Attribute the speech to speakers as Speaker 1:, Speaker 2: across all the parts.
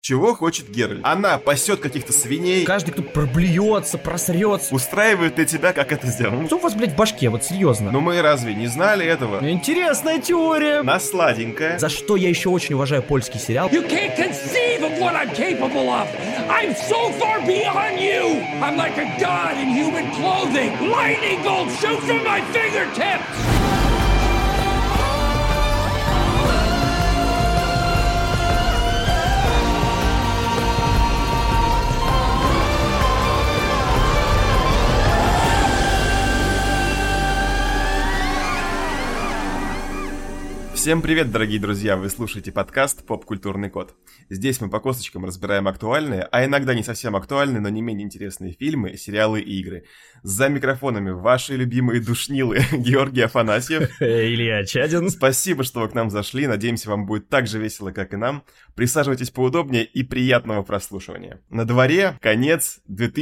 Speaker 1: Чего хочет Геральт? Она пасет каких-то свиней.
Speaker 2: Каждый, кто проблюется, просрется.
Speaker 1: Устраивает для тебя, как это сделано?
Speaker 2: Что у вас, блядь, в башке, вот серьезно?
Speaker 1: Ну мы разве не знали этого?
Speaker 2: Интересная теория.
Speaker 1: На сладенькое.
Speaker 2: За что я еще очень уважаю польский сериал.
Speaker 3: You can't conceive of what I'm capable of. I'm so far beyond you. I'm like a god in human clothing. Lightning bolts shoot from my fingertips.
Speaker 1: Всем привет, дорогие друзья! Вы слушаете подкаст «Поп-культурный код». Здесь мы по косточкам разбираем актуальные, а иногда не совсем актуальные, но не менее интересные фильмы, сериалы и игры. За микрофонами ваши любимые душнилы Георгий Афанасьев.
Speaker 2: Илья Чадин.
Speaker 1: Спасибо, что вы к нам зашли. Надеемся, вам будет так же весело, как и нам. Присаживайтесь поудобнее и приятного прослушивания. На дворе конец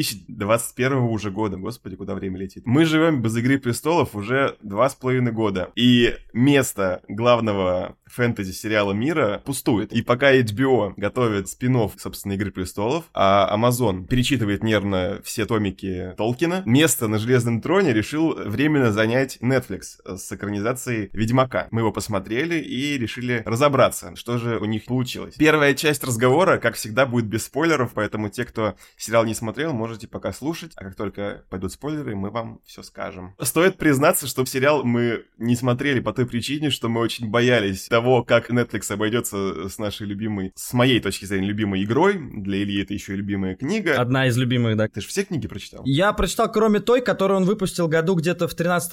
Speaker 1: 2021 уже года. Господи, куда время летит. Мы живем без «Игры престолов» уже 2,5 года. И место главного фэнтези-сериала мира пустует. И пока HBO готовит спин-офф, собственно, «Игры престолов», а Amazon перечитывает нервно все томики Толкина, место на железном троне решил временно занять Netflix с экранизацией «Ведьмака». Мы его посмотрели и решили разобраться, что же у них получилось. Первая часть разговора, как всегда, будет без спойлеров, поэтому те, кто сериал не смотрел, можете пока слушать, а как только пойдут спойлеры, мы вам все скажем. Стоит признаться, что сериал мы не смотрели по той причине, что мы очень боялись того, как Netflix обойдется с нашей любимой, с моей точки зрения, любимой игрой. Для Ильи это еще и любимая книга.
Speaker 2: Одна из любимых, да.
Speaker 1: Ты же все книги прочитал?
Speaker 2: Я прочитал, кроме той, которую он выпустил году где-то в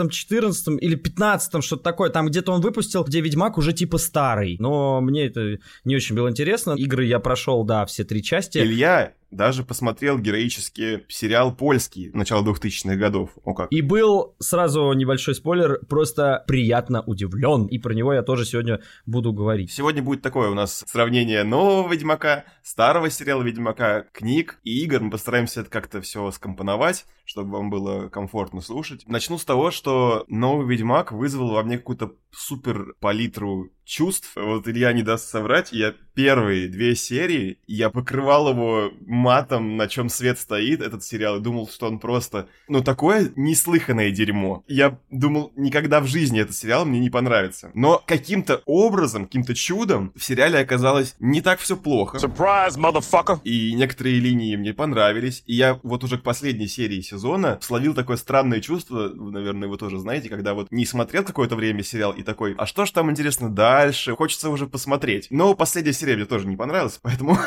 Speaker 2: 13-14 или 15-м, что-то такое. Там где-то он выпустил, где Ведьмак уже типа старый. Но мне это не очень было интересно. Игры я прошел, да, все 3 части.
Speaker 1: Илья даже посмотрел героический сериал польский начала 2000-х годов. О как.
Speaker 2: И был, сразу небольшой спойлер, просто приятно удивлен. И про него я тоже сегодня буду говорить.
Speaker 1: Сегодня будет такое у нас сравнение нового Ведьмака, старого сериала Ведьмака, книг и игр. Мы постараемся это как-то все скомпоновать, чтобы вам было комфортно слушать. Начну с того, что новый Ведьмак вызвал во мне какую-то супер палитру чувств. Вот Илья не даст соврать, я первые 2 серии, я покрывал его матом, на чем свет стоит, этот сериал, и думал, что он просто, такое неслыханное дерьмо. Я думал, никогда в жизни этот сериал мне не понравится. Но каким-то образом, каким-то чудом в сериале оказалось не так все плохо.
Speaker 3: Surprise, motherfucker!
Speaker 1: И некоторые линии мне понравились. И я вот уже к последней серии сезона словил такое странное чувство, вы, наверное, вы тоже знаете, когда вот не смотрел какое-то время сериал и такой, а что ж там интересно дальше? Хочется уже посмотреть. Но последняя серия мне тоже не понравилась, поэтому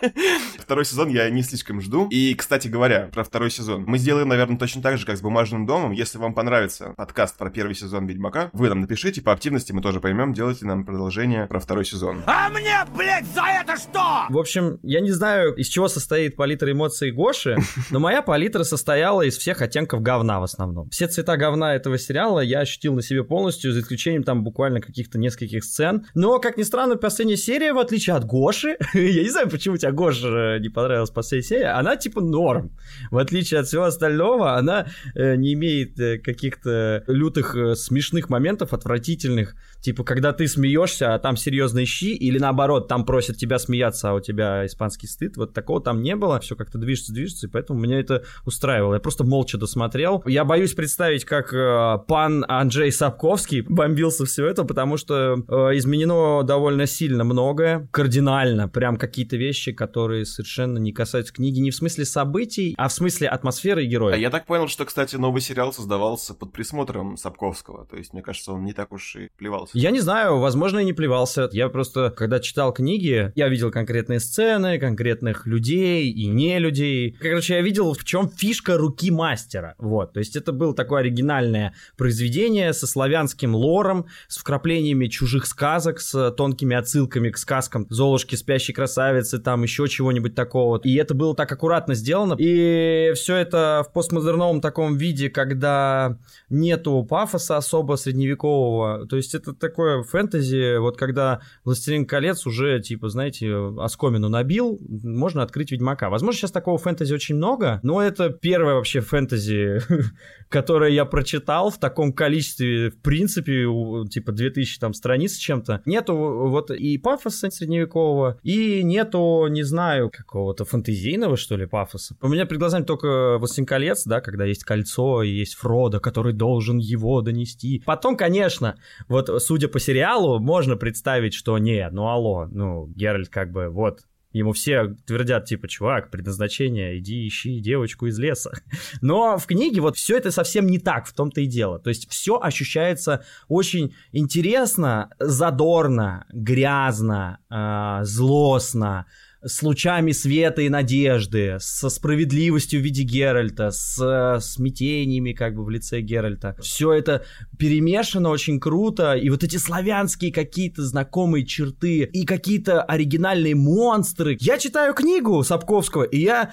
Speaker 1: второй сезон я не слишком жду. И, кстати говоря, про второй сезон. Мы сделаем, наверное, точно так же, как с «Бумажным домом». Если вам понравится подкаст про первый сезон «Ведьмака», вы нам напишите, по активности мы тоже поймем, делайте нам продолжение про второй сезон.
Speaker 3: А мне, блядь, за это что?
Speaker 2: В общем, я не знаю, из чего состоит палитра эмоций Гоши, но моя палитра состояла из всех оттенков говна в основном. Все цвета говна этого сериала я ощутил на себе полностью, за исключением там буквально каких-то нескольких сцен. Но, как ни странно, последняя серия, в отличие от Гоши, я не знаю, почему тебя Гоша не понравилась последняя серия, она типа норм. В отличие от всего остального, она не имеет каких-то лютых смешных моментов, отвратительных. Типа, когда ты смеешься, а там серьезные щи, или наоборот, там просят тебя смеяться, а у тебя испанский стыд. Вот такого там не было. Все как-то движется, и поэтому меня это устраивало. Я просто молча досмотрел. Я боюсь представить, как пан Анджей Сапковский бомбился все это, потому что изменено довольно сильно многое, кардинально. Прям какие-то вещи, которые совершенно не касаются книги, не в смысле событий, а в смысле атмосферы и героев.
Speaker 1: А я так понял, что, кстати, новый сериал создавался под присмотром Сапковского. То есть, мне кажется, он не так уж и плевался.
Speaker 2: Я не знаю, возможно, и не плевался. Я просто, когда читал книги, я видел конкретные сцены, конкретных людей и не людей. Короче, я видел, в чем фишка руки мастера. Вот, то есть это было такое оригинальное произведение со славянским лором, с вкраплениями чужих сказок, с тонкими отсылками к сказкам Золушки, Спящей красавицы, там еще чего-нибудь такого. И это было так аккуратно сделано. И все это в постмодерновом таком виде, когда нету пафоса особо средневекового. То есть это такое фэнтези, вот когда «Властелин колец» уже, типа, знаете, оскомину набил, можно открыть «Ведьмака». Возможно, сейчас такого фэнтези очень много, но это первое вообще фэнтези, которое я прочитал в таком количестве, в принципе, типа 2000 там страниц с чем-то. Нету вот и пафоса средневекового, и нету, не знаю, какого-то фэнтезийного, что ли, пафоса. У меня перед глазами только «Властелин колец», да, когда есть кольцо и есть Фродо, который должен его донести. Потом, конечно, вот судя по сериалу, можно представить, что не, ну алло, ну Геральт как бы вот, ему все твердят, типа, чувак, предназначение, иди ищи девочку из леса. Но в книге вот все это совсем не так, в том-то и дело. То есть все ощущается очень интересно, задорно, грязно, злостно, с лучами света и надежды, со справедливостью в виде Геральта, с смятениями как бы в лице Геральта. Все это перемешано очень круто, и вот эти славянские какие-то знакомые черты, и какие-то оригинальные монстры. Я читаю книгу Сапковского, и я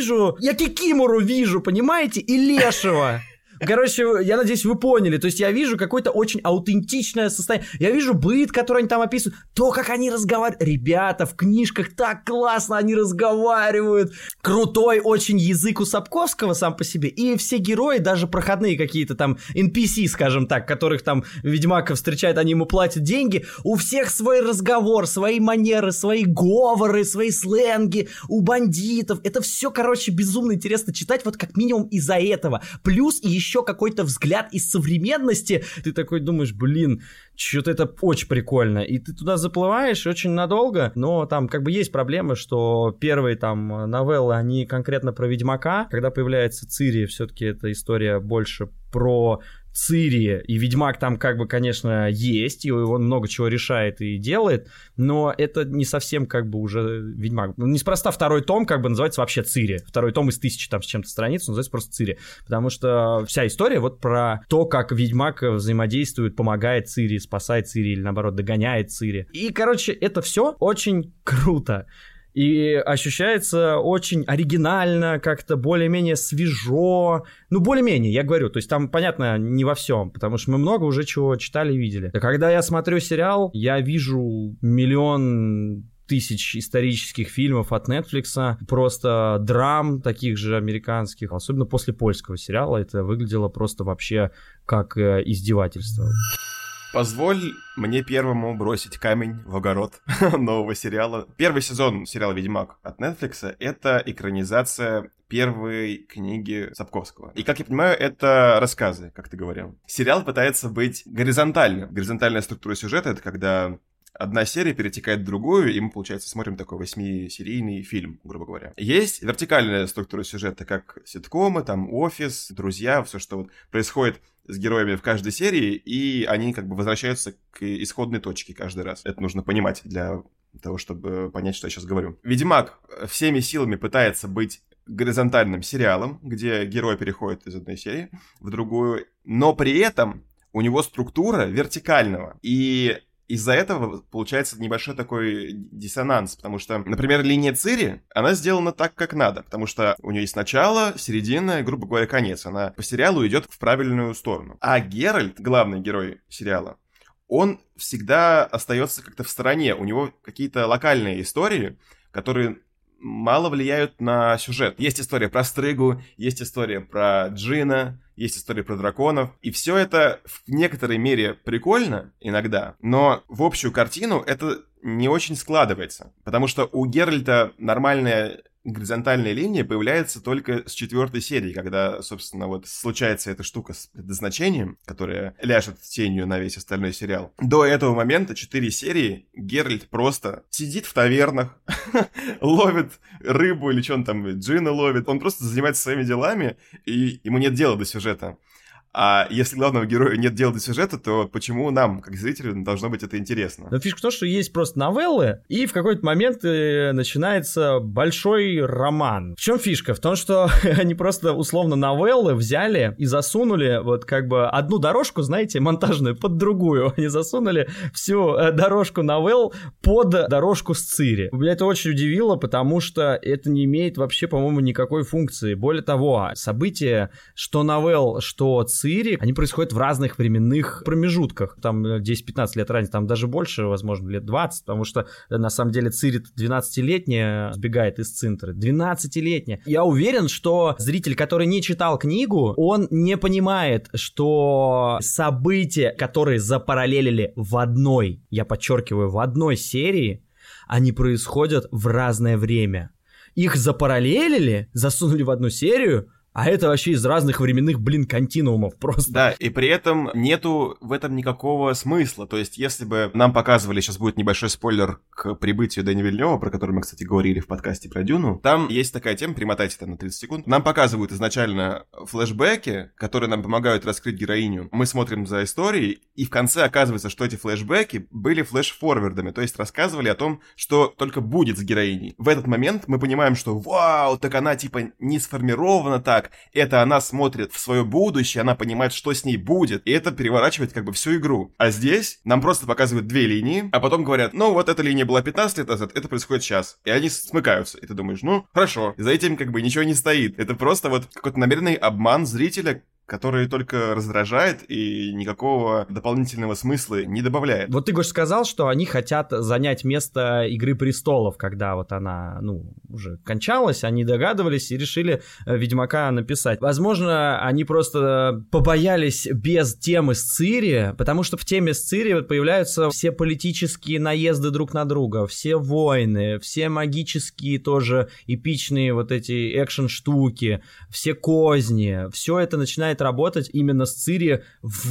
Speaker 2: Кикимору вижу, понимаете, и Лешего. Короче, я надеюсь, вы поняли. То есть я вижу какое-то очень аутентичное состояние. Я вижу быт, который они там описывают. То, как они разговаривают. Ребята, в книжках так классно они разговаривают. Крутой очень язык у Сапковского сам по себе. И все герои, даже проходные какие-то там NPC, скажем так, которых там Ведьмак встречает, они ему платят деньги. У всех свой разговор, свои манеры, свои говоры, свои сленги. У бандитов. Это все, короче, безумно интересно читать. Вот как минимум из-за этого. Плюс еще какой-то взгляд из современности, ты такой думаешь, блин, что-то это очень прикольно, и ты туда заплываешь очень надолго, но там как бы есть проблемы, что первые там новеллы, они конкретно про Ведьмака, когда появляется Цири, все-таки эта история больше про Цири, и Ведьмак там как бы, конечно, есть, и он много чего решает и делает, но это не совсем как бы уже Ведьмак. Неспроста второй том как бы называется вообще Цири. Второй том из 1000 там с чем-то страниц называется просто Цири, потому что вся история вот про то, как Ведьмак взаимодействует, помогает Цири, спасает Цири или наоборот догоняет Цири. И, короче, это все очень круто. И ощущается очень оригинально, как-то более-менее свежо. Ну, более-менее, я говорю. То есть там, понятно, не во всем, потому что мы много уже чего читали и видели. А когда я смотрю сериал, я вижу миллион тысяч исторических фильмов от Netflix, просто драм таких же американских. Особенно после польского сериала это выглядело просто вообще как издевательство.
Speaker 1: Позволь мне первому бросить камень в огород нового сериала. Первый сезон сериала «Ведьмак» от Netflix — это экранизация первой книги Сапковского. И, как я понимаю, это рассказы, как ты говорил. Сериал пытается быть горизонтальным. Горизонтальная структура сюжета — это когда одна серия перетекает в другую, и мы, получается, смотрим такой 8-серийный фильм, грубо говоря. Есть вертикальная структура сюжета, как ситкомы, там, «Офис», «Друзья», все, что вот происходит с героями в каждой серии, и они как бы возвращаются к исходной точке каждый раз. Это нужно понимать для того, чтобы понять, что я сейчас говорю. «Ведьмак» всеми силами пытается быть горизонтальным сериалом, где герой переходит из одной серии в другую, но при этом у него структура вертикального. И из-за этого получается небольшой такой диссонанс, потому что, например, линия Цири, она сделана так, как надо, потому что у нее есть начало, середина и, грубо говоря, конец. Она по сериалу идет в правильную сторону. А Геральт, главный герой сериала, он всегда остается как-то в стороне. У него какие-то локальные истории, которые мало влияют на сюжет. Есть история про Стрыгу, есть история про Джина, есть история про драконов. И все это в некоторой мере прикольно иногда, но в общую картину это не очень складывается. Потому что у Геральта нормальная горизонтальная линия появляется только с 4-й серии, когда, собственно, вот случается эта штука с предназначением, которая ляжет тенью на весь остальной сериал. До этого момента 4 серии Геральт просто сидит в тавернах, ловит рыбу или что он там, джина ловит. Он просто занимается своими делами, и ему нет дела до сюжета. А если главному герою нет дела до сюжета, то почему нам, как зрителям, должно быть это интересно?
Speaker 2: Но фишка в том, что есть просто новеллы, и в какой-то момент начинается большой роман. В чем фишка? В том, что они просто условно новеллы взяли и засунули вот как бы одну дорожку, знаете, монтажную под другую. Они засунули всю дорожку новелл под дорожку с Цири. Меня это очень удивило, потому что это не имеет вообще, по-моему, никакой функции. Более того, события, что новелл, что Цири, Цири, они происходят в разных временных промежутках. Там 10-15 лет разницы, там даже больше, возможно, лет 20, потому что на самом деле Цири 12-летняя сбегает из Цинтры. 12-летняя. Я уверен, что зритель, который не читал книгу, он не понимает, что события, которые запараллелили в одной, я подчеркиваю, в одной серии, они происходят в разное время. Их запараллелили, засунули в одну серию, а это вообще из разных временных, континуумов просто.
Speaker 1: Да, и при этом нету в этом никакого смысла. То есть, если бы нам показывали, сейчас будет небольшой спойлер к прибытию Дэни Вильнёва, про который мы, кстати, говорили в подкасте про Дюну, там есть такая тема, перемотайте там на 30 секунд. Нам показывают изначально флешбеки, которые нам помогают раскрыть героиню. Мы смотрим за историей, и в конце оказывается, что эти флешбеки были флеш-форвардами, то есть рассказывали о том, что только будет с героиней. В этот момент мы понимаем, что вау, так она типа не сформирована так, это она смотрит в свое будущее, она понимает, что с ней будет, и это переворачивает как бы всю игру. А здесь нам просто показывают две линии, а потом говорят, ну вот эта линия была 15 лет назад, это происходит сейчас. И они смыкаются, и ты думаешь, ну хорошо, за этим как бы ничего не стоит. Это просто вот какой-то намеренный обман зрителя, который только раздражает и никакого дополнительного смысла не добавляет.
Speaker 2: Вот ты, Гош, сказал, что они хотят занять место «Игры престолов», когда вот она, уже кончалась, они догадывались и решили «Ведьмака» написать. Возможно, они просто побоялись без темы с Цири, потому что в теме с Цири появляются все политические наезды друг на друга, все войны, все магические тоже эпичные вот эти экшн-штуки, все козни, все это начинает работать именно с Цири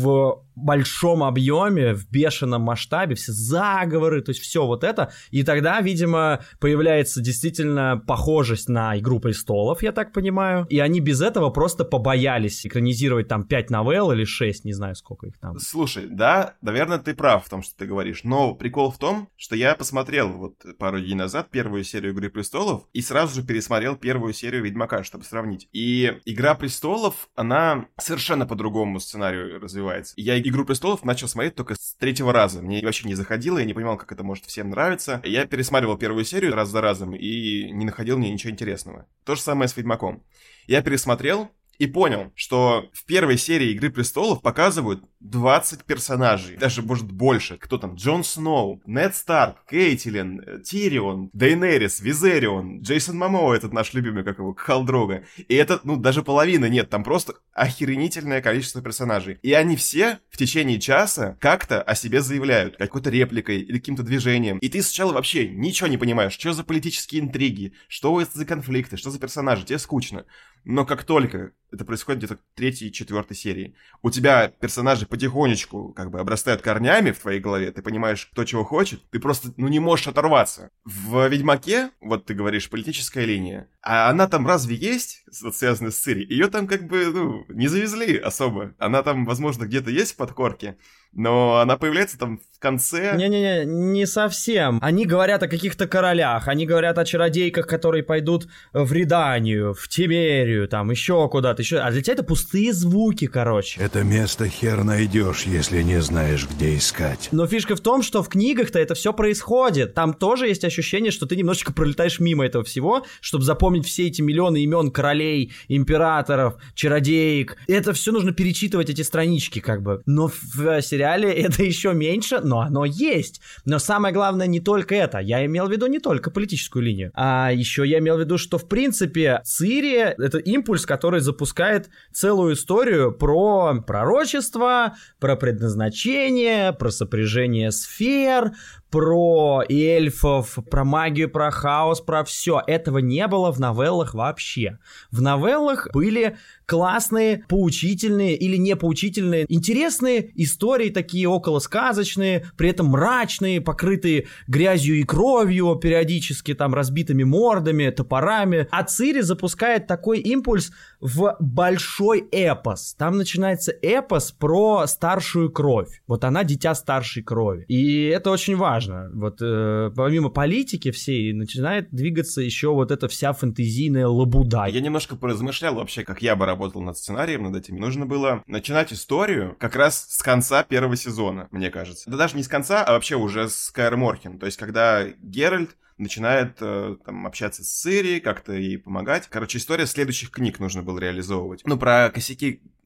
Speaker 2: в большом объеме, в бешеном масштабе, все заговоры, то есть все вот это, и тогда, видимо, появляется действительно похожесть на «Игру престолов», я так понимаю, и они без этого просто побоялись экранизировать там 5 новелл или 6, не знаю, сколько их там.
Speaker 1: Слушай, да, наверное, ты прав в том, что ты говоришь, но прикол в том, что я посмотрел вот пару дней назад первую серию «Игры престолов» и сразу же пересмотрел первую серию «Ведьмака», чтобы сравнить. И «Игра престолов», она совершенно по другому сценарию развивается. Я «Игру престолов» начал смотреть только с 3-го раза. Мне вообще не заходило, я не понимал, как это может всем нравиться. Я пересматривал первую серию раз за разом и не находил в ней ничего интересного. То же самое с «Ведьмаком». Я пересмотрел и понял, что в первой серии «Игры престолов» показывают 20 персонажей, даже, может, больше. Кто там? Джон Сноу, Нед Старк, Кейтилин, Тирион, Дейенерис, Визерион, Джейсон Момоа, этот наш любимый, как его, Khal Drogo. И это, даже половины нет, там просто охеренительное количество персонажей. И они все в течение часа как-то о себе заявляют, какой-то репликой или каким-то движением. И ты сначала вообще ничего не понимаешь, что за политические интриги, что это за конфликты, что за персонажи, тебе скучно. Но как только это происходит где-то в 3-4 серии, у тебя персонажи потихонечку как бы обрастают корнями в твоей голове, ты понимаешь, кто чего хочет, ты просто, не можешь оторваться. В «Ведьмаке», вот ты говоришь, политическая линия, а она там разве есть, вот связанная с Цири? Ее там как бы, не завезли особо. Она там, возможно, где-то есть в подкорке, но она появляется там в конце.
Speaker 2: Не-не-не, не совсем. Они говорят о каких-то королях, они говорят о чародейках, которые пойдут в Реданию, в Тимерию, там еще куда-то, еще. А для тебя это пустые звуки, короче.
Speaker 4: Это место хер найдешь, если не знаешь, где искать.
Speaker 2: Но фишка в том, что в книгах-то это все происходит. Там тоже есть ощущение, что ты немножечко пролетаешь мимо этого всего, чтобы запомнить все эти миллионы имен королей, императоров, чародеек. Это все нужно перечитывать, эти странички, как бы. Но в сериале это еще меньше, но оно есть. Но самое главное не только это. Я имел в виду не только политическую линию, а еще я имел в виду, что в принципе Цири — это импульс, который запускает целую историю про пророчество, про предназначение, про сопряжение сфер, про эльфов, про магию, про хаос, про все. Этого не было в новеллах вообще. В новеллах были классные, поучительные или не поучительные, интересные истории, такие околосказочные, при этом мрачные, покрытые грязью и кровью, периодически там разбитыми мордами, топорами. А Цири запускает такой импульс в большой эпос. Там начинается эпос про старшую кровь. Вот она дитя старшей крови. И это очень важно. Вот помимо политики всей начинает двигаться еще вот эта вся фэнтезийная лабуда.
Speaker 1: Я немножко поразмышлял вообще, как я бы работал над сценарием, над этим. Нужно было начинать историю как раз с конца первого сезона, мне кажется. Да даже не с конца, а вообще уже с Каэр Морхен. То есть когда Геральт начинает там общаться с Цири, как-то ей помогать. Короче, история следующих книг нужно было реализовывать. Про косяки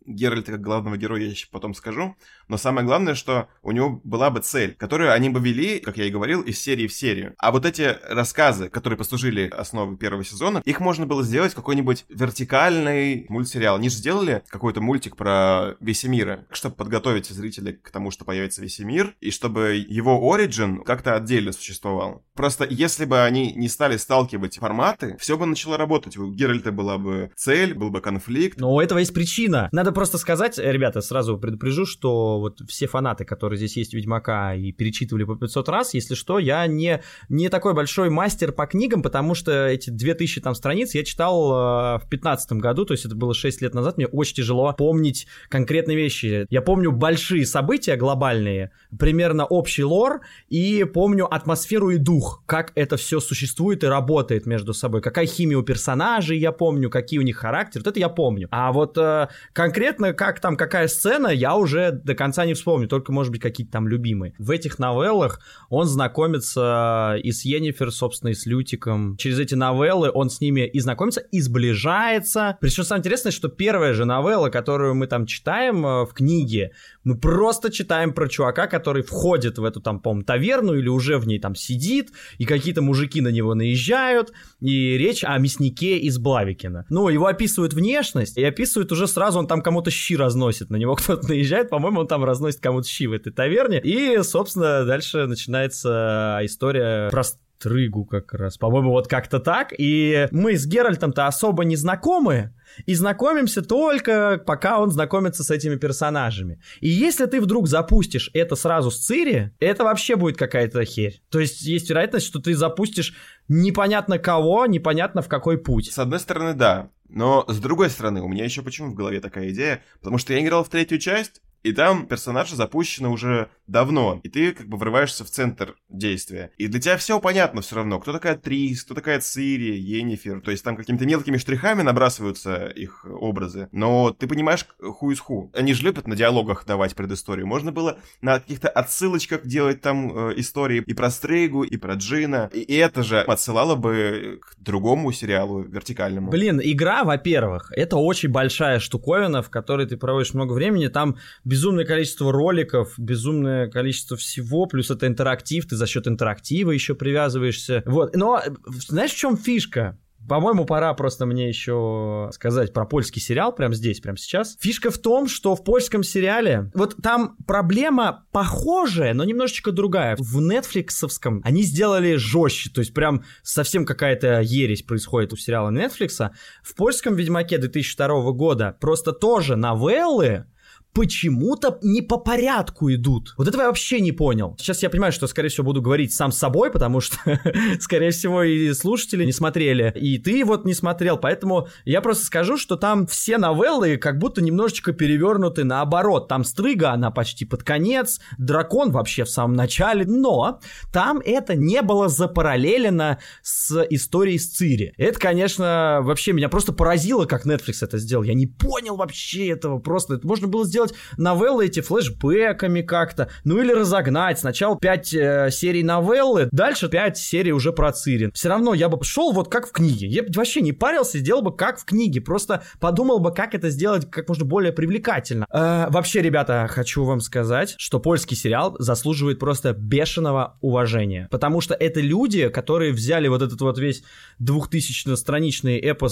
Speaker 1: Геральта как главного героя я еще потом скажу, но самое главное, что у него была бы цель, которую они бы вели, как я и говорил, из серии в серию. А вот эти рассказы, которые послужили основой первого сезона, их можно было сделать какой-нибудь вертикальный мультсериал. Они же сделали какой-то мультик про Весемира, чтобы подготовить зрителей к тому, что появится Весемир, и чтобы его оригин как-то отдельно существовал. Просто если бы они не стали сталкивать форматы, все бы начало работать. У Геральта была бы цель, был бы конфликт.
Speaker 2: Но у этого есть причина. Надо просто сказать, ребята, сразу предупрежу, что вот все фанаты, которые здесь есть Ведьмака и перечитывали по 500 раз, если что, я не такой большой мастер по книгам, потому что эти 2000 там страниц я читал в 2015 году, то есть это было 6 лет назад, мне очень тяжело помнить конкретные вещи. Я помню большие события глобальные, примерно общий лор, и помню атмосферу и дух, как это все существует и работает между собой, какая химия у персонажей, я помню, какие у них характеры, вот это я помню. А вот конкретно как там, какая сцена, я уже до конца не вспомню, только, может быть, какие-то там любимые. В этих новеллах он знакомится и с Йеннифер, собственно, и с Лютиком. Через эти новеллы он с ними и знакомится, и сближается. Причем самое интересное, что первая же новелла, которую мы там читаем в книге, мы просто читаем про чувака, который входит в эту там, по-моему, таверну или уже в ней там сидит, и какие-то мужики на него наезжают, и речь о мяснике из Блавикина. Ну, его описывают внешность, и описывают уже сразу, он там кому-то щи разносит, на него кто-то наезжает, по-моему, он там разносит кому-то щи в этой таверне, и, собственно, дальше начинается история про Стрыгу как раз, по-моему, вот как-то так, и мы с Геральтом-то особо не знакомы, и знакомимся только пока он знакомится с этими персонажами. И если ты вдруг запустишь это сразу с Цири, это вообще будет какая-то херь. То есть есть вероятность, что ты запустишь непонятно кого, непонятно в какой путь.
Speaker 1: С одной стороны, да. Но с другой стороны, у меня еще почему в голове такая идея? Потому что я играл в третью часть, и там персонажи запущены уже давно, и ты как бы врываешься в центр действия. И для тебя все понятно все равно, кто такая Трис, кто такая Цири, Йеннифер, то есть там какими-то мелкими штрихами набрасываются их образы, но ты понимаешь who is who. Они же любят на диалогах давать предысторию, можно было на каких-то отсылочках делать там истории и про Стрейгу, и про Джина, и это же отсылало бы к другому сериалу вертикальному.
Speaker 2: Блин, игра, во-первых, это очень большая штуковина, в которой ты проводишь много времени, там безумное количество роликов, безумное количество всего, плюс это интерактив, ты за счет интерактива еще привязываешься. Вот. Но знаешь, в чем фишка? По-моему, пора просто мне еще сказать про польский сериал прямо здесь, прямо сейчас. Фишка в том, что в польском сериале вот там проблема похожая, но немножечко другая. В нетфликсовском они сделали жестче, то есть прям совсем какая-то ересь происходит у сериала Нетфликса. В польском Ведьмаке 2002 года просто тоже новеллы почему-то не по порядку идут. Вот этого я вообще не понял. Сейчас я понимаю, что, скорее всего, буду говорить сам с собой, потому что, скорее всего, и слушатели не смотрели, и ты вот не смотрел, поэтому я просто скажу, что там все новеллы как будто немножечко перевернуты наоборот. Там Стрыга, она почти под конец, дракон вообще в самом начале, но там это не было запараллелено с историей с Цири. Это, конечно, вообще меня просто поразило, как Netflix это сделал. Я не понял вообще этого просто. Это можно было сделать новеллы эти флешбэками как-то, ну или разогнать. Сначала 5 серий новеллы, дальше 5 серий уже про Цири. Все равно я бы шел вот как в книге. Я бы вообще не парился, сделал бы как в книге. Просто подумал бы, как это сделать как можно более привлекательно. Вообще, ребята, хочу вам сказать, что польский сериал заслуживает просто бешеного уважения. Потому что это люди, которые взяли вот этот вот весь 2000-страничный эпос,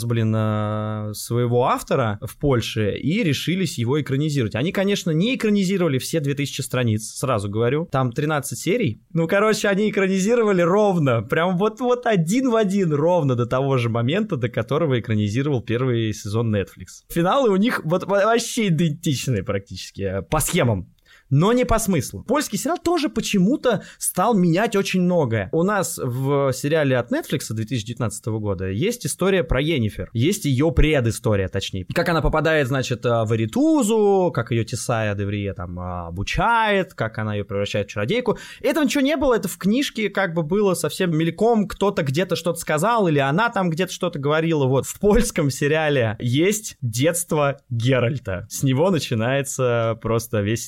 Speaker 2: своего автора в Польше и решились его экранизировать. Они, конечно, не экранизировали все 2000 страниц, сразу говорю. Там 13 серий. Ну, короче, они экранизировали ровно. Прям вот один в один ровно до того же момента, до которого экранизировал первый сезон Netflix. Финалы у них вот вообще идентичные практически, по схемам. Но не по смыслу. Польский сериал тоже почему-то стал менять очень многое. У нас в сериале от Netflix 2019 года есть история про Йеннифер. Есть ее предыстория, точнее. Как она попадает, значит, в Эритузу, как ее Тесая де Врие там обучает, как она ее превращает в чародейку. Этого ничего не было, это в книжке как бы было совсем мельком. Кто-то где-то что-то сказал, или она там где-то что-то говорила. Вот в польском сериале есть детство Геральта. С него начинается просто весь сериал. Перед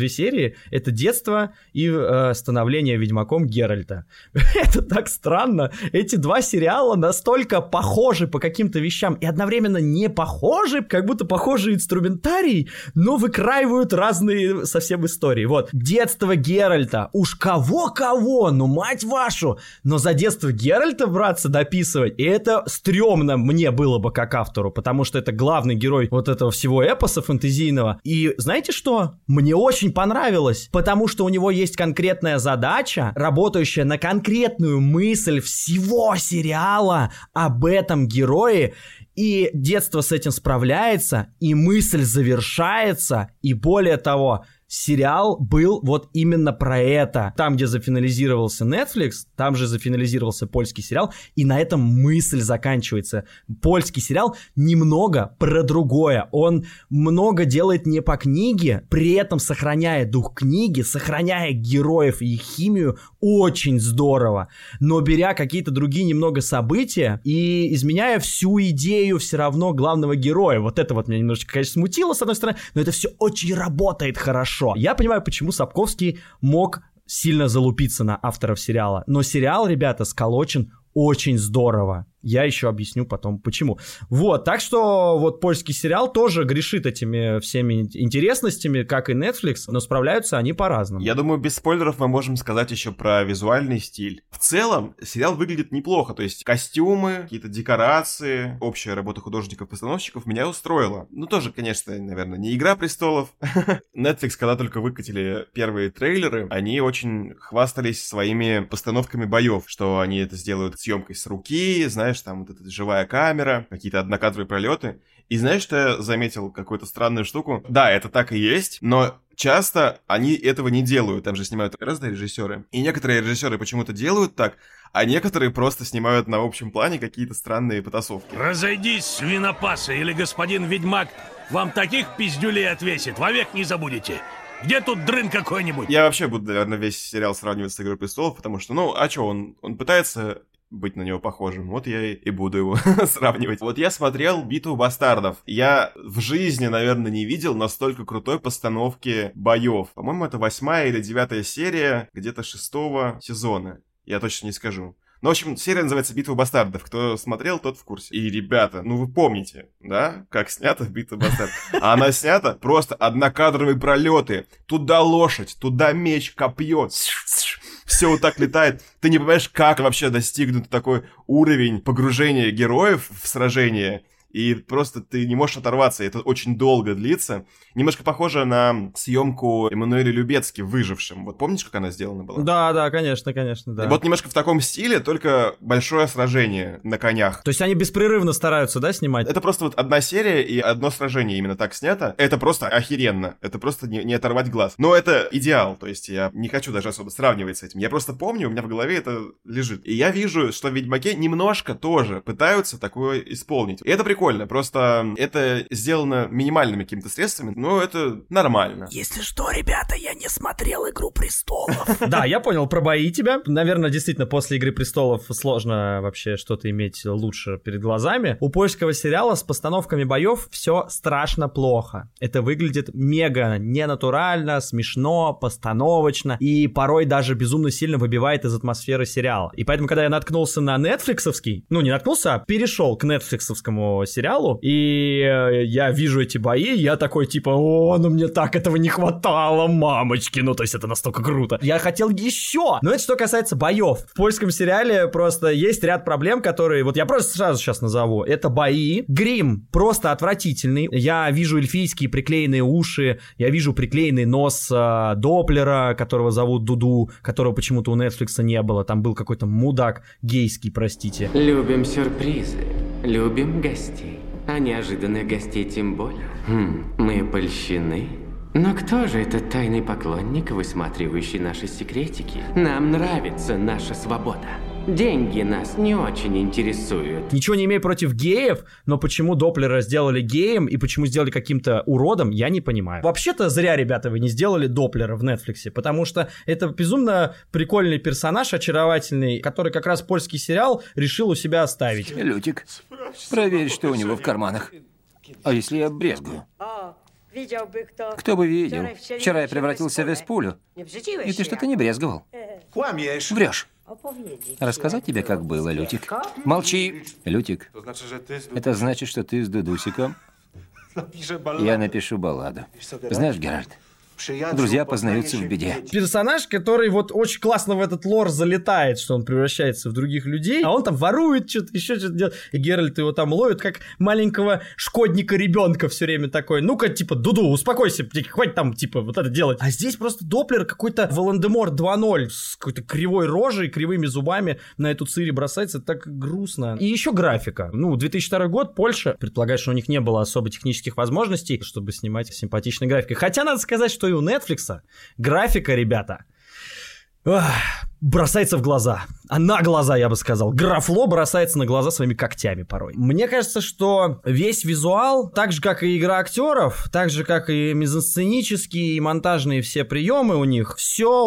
Speaker 2: две серии — это детство и становление ведьмаком Геральта. Это так странно. Эти два сериала настолько похожи по каким-то вещам и одновременно не похожи, как будто похожий инструментарий, но выкраивают разные совсем истории. Вот, детство Геральта. Уж кого-кого, ну мать вашу. Но за детство Геральта браться дописывать, и это стрёмно мне было бы как автору, потому что это главный герой вот этого всего эпоса фэнтезийного. И знаете что? Мне очень понравилось, потому что у него есть конкретная задача, работающая на конкретную мысль всего сериала об этом герое, и детство с этим справляется, и мысль завершается, и более того, сериал был вот именно про это. Там, где зафинализировался Netflix, там же зафинализировался польский сериал, и на этом мысль заканчивается. Польский сериал немного про другое. Он много делает не по книге, при этом сохраняя дух книги, сохраняя героев и их химию, очень здорово. Но беря какие-то другие немного события и изменяя всю идею все равно главного героя. Вот это вот меня немножечко, конечно, смутило, с одной стороны, но это все очень работает хорошо. Я понимаю, почему Сапковский мог сильно залупиться на авторов сериала. Но сериал, ребята, сколочен очень здорово. Я еще объясню потом, почему. Вот, так что вот польский сериал тоже грешит этими всеми интересностями, как и Netflix, но справляются они по-разному.
Speaker 1: Я думаю, без спойлеров мы можем сказать еще про визуальный стиль. В целом, сериал выглядит неплохо, то есть костюмы, какие-то декорации, общая работа художников-постановщиков меня устроила. Ну, тоже, конечно, наверное, не «Игра престолов». Netflix, когда только выкатили первые трейлеры, они очень хвастались своими постановками боев, что они это сделают съемкой с руки, знаешь, там вот эта живая камера, какие-то однокадровые пролеты. И знаешь, что я заметил какую-то странную штуку? Да, это так и есть, но часто они этого не делают. Там же снимают разные режиссеры. И некоторые режиссеры почему-то делают так, а некоторые просто снимают на общем плане какие-то странные потасовки.
Speaker 5: Разойдись, свинопасы, или господин Ведьмак вам таких пиздюлей отвесит, вовек не забудете. Где тут дрын какой-нибудь?
Speaker 1: Я вообще буду, наверное, весь сериал сравнивать с «Игрой престолов», потому что, ну, а чё, он пытается быть на него похожим, вот я и буду его сравнивать. Вот я смотрел «Битву бастардов». Я в жизни, наверное, не видел настолько крутой постановки боев. По-моему, это 8-я или 9-я серия, где-то 6-го сезона. Я точно не скажу. Ну, в общем, серия называется «Битва бастардов». Кто смотрел, тот в курсе. И, ребята, ну вы помните, да, как снята «Битва бастардов»? А она снята просто однокадровые пролеты. Туда лошадь, туда меч, копье. Все вот так летает. Ты не понимаешь, как вообще достигнут такой уровень погружения героев в сражение. И просто ты не можешь оторваться, это очень долго длится. Немножко похоже на съемку Эммануэля Любецки в «Выжившем». Вот помнишь, как она сделана была?
Speaker 2: Да, конечно, да.
Speaker 1: Вот немножко в таком стиле, только большое сражение на конях.
Speaker 2: То есть они беспрерывно стараются, да, снимать?
Speaker 1: Это просто вот одна серия и одно сражение именно так снято. Это просто охеренно. Это просто не оторвать глаз. Но это идеал, то есть я не хочу даже особо сравнивать с этим. Я просто помню, у меня в голове это лежит. И я вижу, что в «Ведьмаке» немножко тоже пытаются такое исполнить. И это прикольно. Просто это сделано минимальными какими-то средствами, но это нормально.
Speaker 6: Если что, ребята, я не смотрел «Игру престолов».
Speaker 2: Да, я понял, про бои тебя. Наверное, действительно, после «Игры престолов» сложно вообще что-то иметь лучше перед глазами. У польского сериала с постановками боев все страшно плохо. Это выглядит мега ненатурально, смешно, постановочно и порой даже безумно сильно выбивает из атмосферы сериала. И поэтому, когда я наткнулся на нетфликсовский, ну, не наткнулся, а перешел к нетфликсовскому сериалу, и я вижу эти бои, я такой типа, о, ну мне так этого не хватало, мамочки, ну то есть это настолько круто. Я хотел еще, но это что касается боев. В польском сериале просто есть ряд проблем, которые, вот я просто сразу сейчас назову. Это бои, грим просто отвратительный, я вижу эльфийские приклеенные уши, я вижу приклеенный нос Доплера, которого зовут Дуду, которого почему-то у Netflix не было, там был какой-то мудак гейский, простите.
Speaker 7: Любим сюрпризы, любим гостей. А неожиданных гостей тем более. Мы польщены. Но кто же этот тайный поклонник, высматривающий наши секретики? Нам нравится наша свобода. Деньги нас не очень интересуют.
Speaker 2: Ничего не имею против геев, но почему Доплера сделали геем и почему сделали каким-то уродом, я не понимаю. Вообще-то зря, ребята, вы не сделали Доплера в Netflix, потому что это безумно прикольный персонаж, очаровательный, который как раз польский сериал решил у себя оставить.
Speaker 8: Лютик, проверь, что у него в карманах. А если я брезгую? Кто бы видел. Вчера я превратился в эспулю. И ты что-то не брезговал. Врешь. Рассказать тебе, как было, Лютик? Молчи. Лютик, это значит, что ты с Дудусиком? Я напишу балладу. Знаешь, Геральт, друзья познаются в беде.
Speaker 2: Персонаж, который вот очень классно в этот лор залетает, что он превращается в других людей, а он там ворует что-то, еще что-то делает. И Геральт его там ловит, как маленького шкодника-ребенка все время такой. Ну-ка, типа, Дуду, успокойся, хватит там, типа, вот это делать. А здесь просто Доплер какой-то Волан-де-Мор 2.0 с какой-то кривой рожей, кривыми зубами на эту Цири бросается. Это так грустно. И еще графика. Ну, 2002 год, Польша. Предполагаю, что у них не было особо технических возможностей, чтобы снимать симпатичной графикой. Хотя надо сказать, что и у Netflix графика, ребята, бросается в глаза. А на глаза, я бы сказал. Графло бросается на глаза своими когтями порой. Мне кажется, что весь визуал, так же, как и игра актеров, так же, как и мизансценические и монтажные все приемы у них, все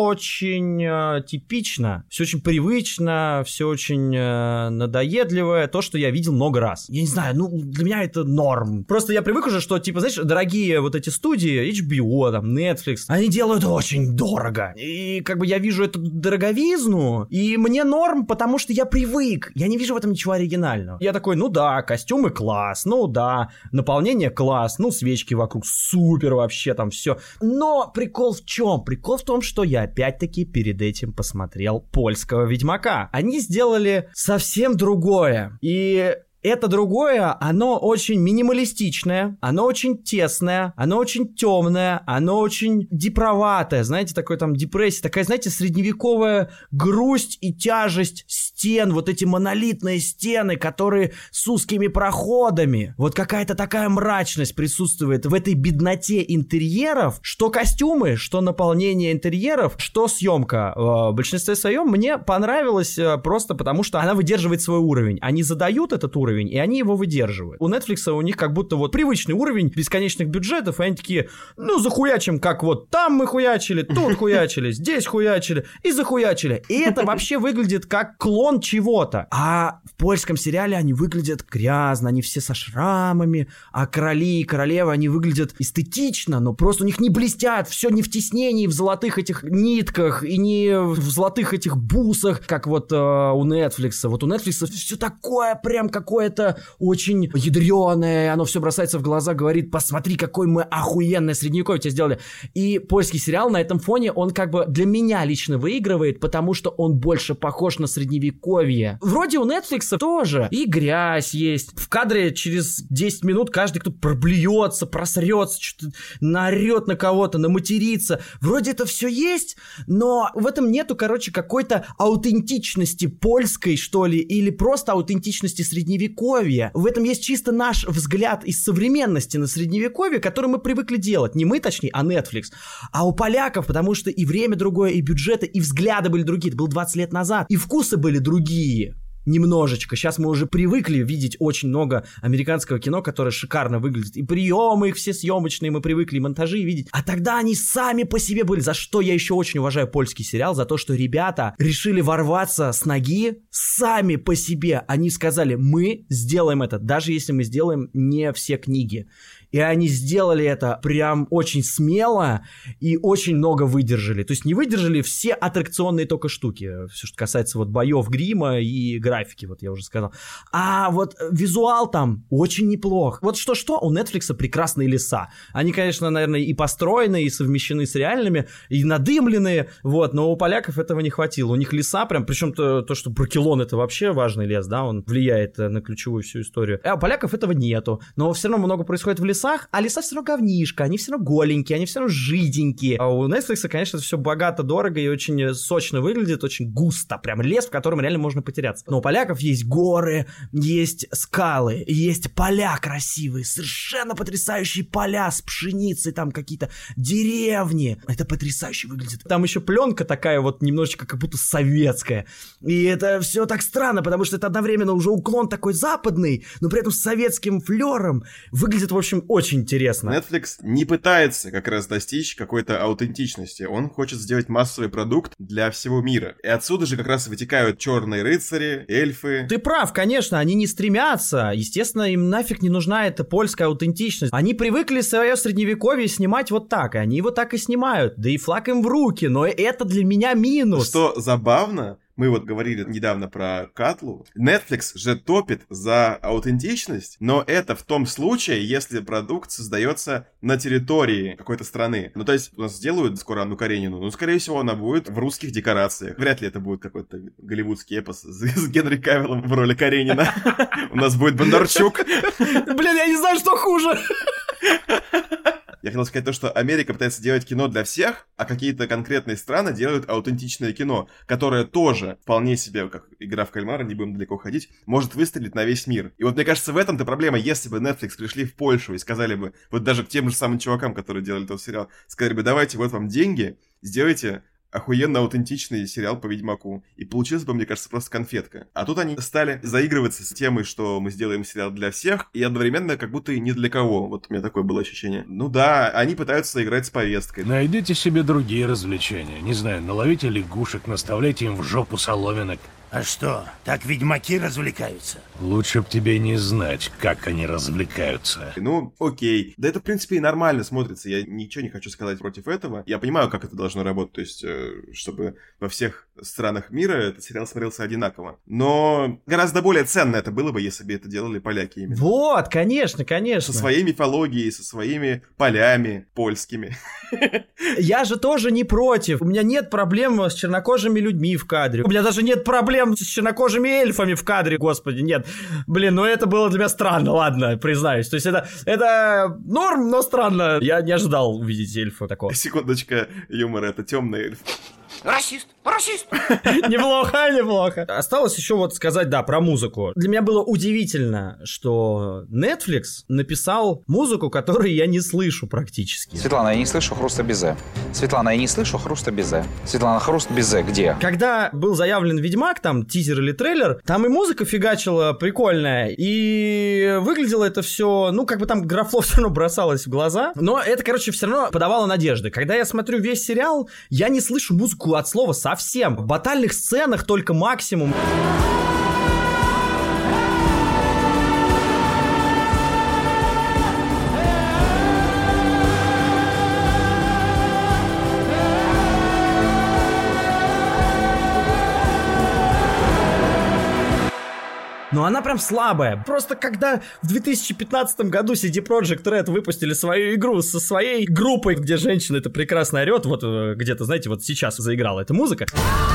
Speaker 2: очень типично, все очень привычно, все очень надоедливое. То, что я видел много раз. Я не знаю, ну, для меня это норм. Просто я привык уже, что, типа, знаешь, дорогие вот эти студии, HBO, там, Netflix, они делают очень дорого. И, как бы, я вижу эту дороговизну, и мне норм, потому что я привык. Я не вижу в этом ничего оригинального. Я такой, ну да, костюмы класс, ну да, наполнение класс, ну свечки вокруг супер вообще там все. Но прикол в чем? Прикол в том, что я опять-таки перед этим посмотрел польского Ведьмака. Они сделали совсем другое. И это другое, оно очень минималистичное, оно очень тесное, оно очень темное, оно очень депроватое, знаете, такой там депрессия, такая, знаете, средневековая грусть и тяжесть стен, вот эти монолитные стены, которые с узкими проходами, вот какая-то такая мрачность присутствует в этой бедноте интерьеров, что костюмы, что наполнение интерьеров, что съемка. В большинстве своем мне понравилось просто потому, что она выдерживает свой уровень, они задают этот уровень, и они его выдерживают. У Netflix у них как будто вот привычный уровень бесконечных бюджетов, и они такие, ну, захуячим, как вот там мы хуячили, тут хуячили, здесь хуячили и захуячили. И это вообще выглядит как клон чего-то. А в польском сериале они выглядят грязно, они все со шрамами, а короли и королевы, они выглядят эстетично, но просто у них не блестят, все не в тиснении, в золотых этих нитках, и не в золотых этих бусах, как вот у Netflix. Вот у Netflix все такое прям какое-то очень ядреное, оно все бросается в глаза, говорит, посмотри, какой мы охуенное средневековье тебе сделали. И польский сериал на этом фоне, он как бы для меня лично выигрывает, потому что он больше похож на средневековье. Вроде у Netflix тоже и грязь есть. В кадре через 10 минут каждый, кто проблюется, просрется, что-то наорет на кого-то, наматерится. Вроде это все есть, но в этом нету, короче, какой-то аутентичности польской, что ли, или просто аутентичности средневековья. В этом есть чисто наш взгляд из современности на средневековье, который мы привыкли делать. Не мы, точнее, а Netflix. А у поляков, потому что и время другое, и бюджеты, и взгляды были другие. Это было 20 лет назад. И вкусы были другие. Немножечко. Сейчас мы уже привыкли видеть очень много американского кино, которое шикарно выглядит. И приемы их все съемочные мы привыкли, и монтажи видеть. А тогда они сами по себе были. За что я еще очень уважаю польский сериал. За то, что ребята решили ворваться с ноги сами по себе. Они сказали, мы сделаем это, даже если мы сделаем не все книги. И они сделали это прям очень смело и очень много выдержали. То есть не выдержали все аттракционные только штуки. Все, что касается вот боев, грима и графики, вот я уже сказал. А вот визуал там очень неплох. Вот что-что, у Netflix прекрасные леса. Они, конечно, наверное, и построены, и совмещены с реальными, и надымленные, вот, но у поляков этого не хватило. У них леса прям, причем то, что Бракелон это вообще важный лес, да, он влияет на ключевую всю историю. А у поляков этого нету. Но все равно много происходит в лесах, а леса все равно говнишко, они все равно голенькие, они все равно жиденькие. А у Netflix, конечно, все богато, дорого и очень сочно выглядит, очень густо, прям лес, в котором реально можно потеряться. Но у поляков есть горы, есть скалы, есть поля красивые, совершенно потрясающие поля с пшеницей, там какие-то деревни. Это потрясающе выглядит. Там еще пленка такая вот немножечко как будто советская. И это все так странно, потому что это одновременно уже уклон такой западный, но при этом с советским флером. Выглядит, в общем, очень интересно.
Speaker 1: Netflix не пытается как раз достичь какой-то аутентичности. Он хочет сделать массовый продукт для всего мира. И отсюда же как раз вытекают «Черные рыцари», эльфы.
Speaker 2: Ты прав, конечно, они не стремятся. Естественно, им нафиг не нужна эта польская аутентичность. Они привыкли свое средневековье снимать вот так, и они его так и снимают. Да и флаг им в руки, но это для меня минус.
Speaker 1: Что забавно, мы вот говорили недавно про Катлу. Netflix же топит за аутентичность, но это в том случае, если продукт создается на территории какой-то страны. Ну, то есть, у нас сделают скоро Анну Каренину, но, скорее всего, она будет в русских декорациях. Вряд ли это будет какой-то голливудский эпос с Генри Кавиллом в роли Каренина. У нас будет Бондарчук.
Speaker 2: Блин, я не знаю, что хуже.
Speaker 1: Я хотел сказать то, что Америка пытается делать кино для всех, а какие-то конкретные страны делают аутентичное кино, которое тоже вполне себе, как игра в кальмара, не будем далеко ходить, может выстрелить на весь мир. И вот мне кажется, в этом-то проблема. Если бы Netflix пришли в Польшу и сказали бы, вот даже к тем же самым чувакам, которые делали тот сериал, сказали бы, давайте, вот вам деньги, сделайте охуенно аутентичный сериал по Ведьмаку. И получилось бы, мне кажется, просто конфетка. А тут они стали заигрываться с темой, что мы сделаем сериал для всех, и одновременно как будто и не для кого. Вот у меня такое было ощущение. Ну да, они пытаются играть с повесткой.
Speaker 5: Найдите себе другие развлечения. Не знаю, наловите лягушек, наставляйте им в жопу соломинок.
Speaker 6: А что, так ведьмаки развлекаются?
Speaker 5: Лучше б тебе не знать, как они развлекаются.
Speaker 1: Ну, окей. Да это, в принципе, и нормально смотрится. Я ничего не хочу сказать против этого. Я понимаю, как это должно работать. То есть, чтобы во всех странах мира этот сериал смотрелся одинаково. Но гораздо более ценно это было бы, если бы это делали поляки именно.
Speaker 2: Вот, конечно, конечно.
Speaker 1: Со своей мифологией, со своими полями польскими.
Speaker 2: Я же тоже не против. У меня нет проблем с чернокожими людьми в кадре. У меня даже нет проблем с чернокожими эльфами в кадре, господи, нет. Блин, ну это было для меня странно, ладно, признаюсь. То есть это норм, но странно. Я не ожидал увидеть эльфа такого.
Speaker 1: Секундочка юмора, это темный эльф.
Speaker 6: Расист! Расист!
Speaker 2: Неплохо. Осталось еще вот сказать, да, про музыку. Для меня было удивительно, что Netflix написал музыку, которую я не слышу практически.
Speaker 9: Светлана, я не слышу хруста безе. Светлана, я не слышу хруста безе. Светлана, хруст безе где?
Speaker 2: Когда был заявлен Ведьмак, там тизер или трейлер, там и музыка фигачила прикольная, и выглядело это все, ну, как бы там графло все равно бросалось в глаза, но это, короче, все равно подавало надежды. Когда я смотрю весь сериал, я не слышу музыку от слова совсем. В батальных сценах только максимум. Но она прям слабая. Просто когда в 2015 году CD Projekt Red выпустили свою игру со своей группой, где женщина это прекрасно орет, вот где-то, знаете, вот сейчас заиграла эта музыка.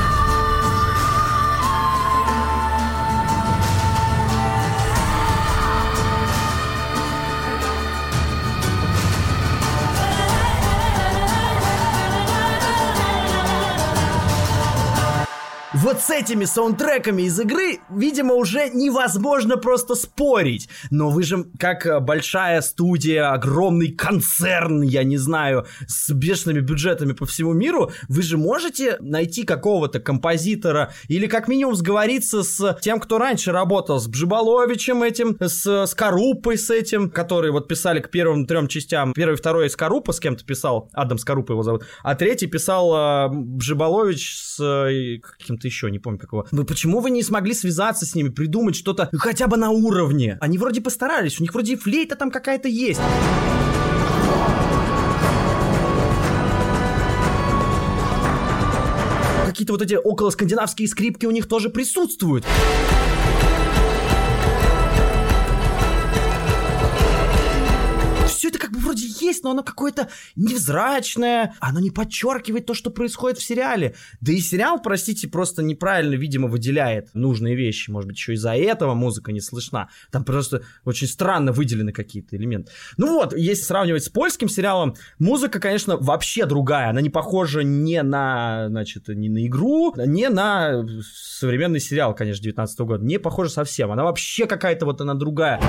Speaker 2: Вот с этими саундтреками из игры, видимо, уже невозможно просто спорить. Но вы же, как большая студия, огромный концерн, я не знаю, с бешеными бюджетами по всему миру, вы же можете найти какого-то композитора или как минимум сговориться с тем, кто раньше работал, с Бжебаловичем этим, с Скорупой с этим, которые вот писали к первым 3 частям. Первый, второй Скорупа с кем-то писал, Адам Скорупа его зовут, а третий писал Бжебалович с каким-то еще, не помню какого. Почему вы не смогли связаться с ними, придумать что-то хотя бы на уровне? Они вроде постарались, у них вроде и флейта там какая-то есть. Какие-то вот эти околоскандинавские скрипки у них тоже присутствуют. Все это как бы вроде есть, но оно какое-то невзрачное, оно не подчеркивает то, что происходит в сериале. Да и сериал, простите, просто неправильно, видимо, выделяет нужные вещи. Может быть, еще из-за этого музыка не слышна. Там просто очень странно выделены какие-то элементы. Ну вот, если сравнивать с польским сериалом, музыка, конечно, вообще другая. Она не похожа ни на, значит, ни на игру, ни на современный сериал, конечно, 19 года. Не похожа совсем. Она вообще какая-то вот она другая.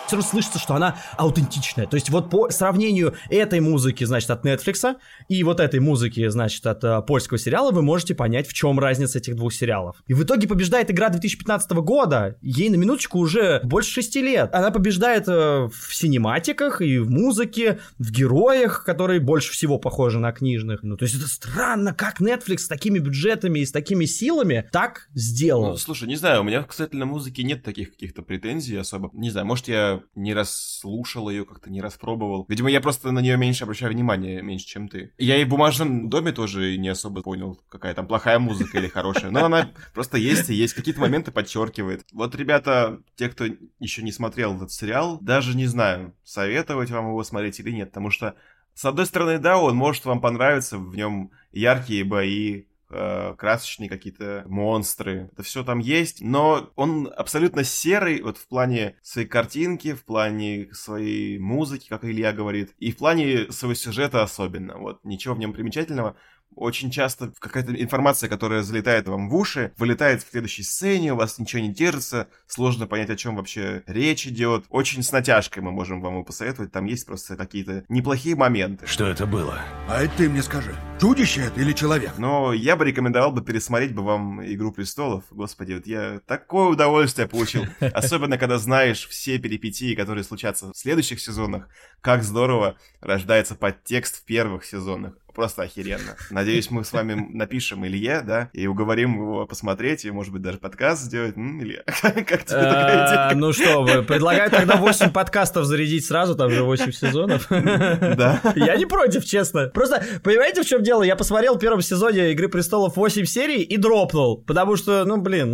Speaker 2: все равно слышится, что она аутентичная. То есть вот по сравнению этой музыки, значит, от Netflix и вот этой музыки, значит, от польского сериала, вы можете понять, в чем разница этих двух сериалов. И в итоге побеждает игра 2015 года. Ей на минуточку уже больше 6 лет. Она побеждает в синематиках и в музыке, в героях, которые больше всего похожи на книжных. Ну, то есть это странно, как Netflix с такими бюджетами и с такими силами так сделал.
Speaker 1: Ну, слушай, не знаю, у меня, кстати, на музыке нет таких каких-то претензий особо. Не знаю, может, я не раз слушал ее, как-то не раз пробовал. Видимо, я просто на нее меньше обращаю внимания, меньше, чем ты. Я и в «Бумажном доме» тоже не особо понял, какая там плохая музыка или хорошая. Но она просто есть и есть. Какие-то моменты подчеркивает. Вот, ребята, те, кто еще не смотрел этот сериал, даже не знаю, советовать вам его смотреть или нет. Потому что, с одной стороны, да, он может вам понравиться, в нем яркие бои, красочные какие-то монстры, это все там есть, но он абсолютно серый вот в плане своей картинки, в плане своей музыки, как Илья говорит, и в плане своего сюжета особенно, вот, ничего в нем примечательного. Очень часто какая-то информация, которая залетает вам в уши, вылетает в следующей сцене, у вас ничего не держится, сложно понять, о чем вообще речь идет. Очень с натяжкой мы можем вам его посоветовать, там есть просто какие-то неплохие моменты.
Speaker 4: Что это было?
Speaker 10: А это ты мне скажи, чудище это или человек?
Speaker 1: Но я бы рекомендовал бы пересмотреть бы вам «Игру престолов». Господи, вот я такое удовольствие получил. Особенно, когда знаешь все перипетии, которые случатся в следующих сезонах. Как здорово рождается подтекст в первых сезонах. Просто охеренно. Надеюсь, мы с вами напишем Илье, да, и уговорим его посмотреть, и, может быть, даже подкаст сделать. Илья, как тебе такая идея?
Speaker 2: Ну что, вы предлагаю тогда 8 подкастов зарядить сразу, там же 8 сезонов.
Speaker 1: Да.
Speaker 2: Я не против, честно. Просто, понимаете, в чем дело? Я посмотрел в первом сезоне «Игры престолов» 8 серий и дропнул, потому что,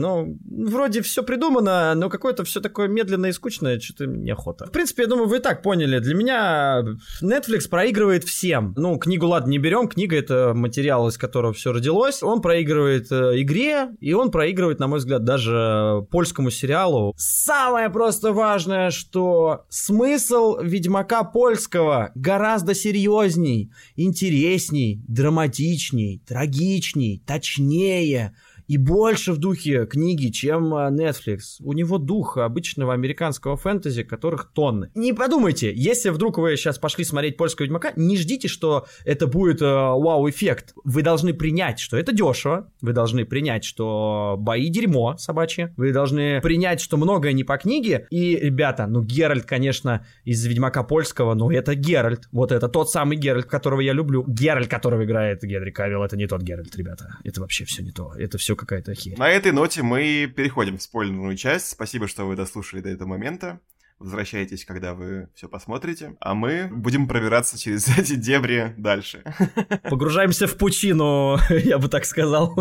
Speaker 2: вроде все придумано, но какое-то все такое медленное и скучное, что-то неохота. В принципе, я думаю, вы и так поняли. Для меня Netflix проигрывает всем. Ну, книгу, ладно, не берем. Книга — это материал, из которого все родилось. Он проигрывает игре, и он проигрывает, на мой взгляд, даже польскому сериалу. Самое просто важное, что смысл «Ведьмака» польского гораздо серьезней, интересней, драматичней, трагичней, точнее и больше в духе книги, чем Netflix. У него дух обычного американского фэнтези, которых тонны. Не подумайте, если вдруг вы сейчас пошли смотреть польского «Ведьмака», не ждите, что это будет вау-эффект. Вы должны принять, что это дешево. Вы должны принять, что бои дерьмо собачье. Вы должны принять, что многое не по книге. И, ребята, Геральт, конечно, из «Ведьмака» польского, это Геральт. Вот это тот самый Геральт, которого я люблю. Геральт, которого играет Генри Кавилл, это не тот Геральт, ребята. Это вообще все не то. Это все какая-то херь.
Speaker 1: На этой ноте мы переходим в спойлерную часть. Спасибо, что вы дослушали до этого момента. Возвращайтесь, когда вы все посмотрите. А мы будем пробираться через эти дебри дальше.
Speaker 2: Погружаемся в пучину, я бы так сказал.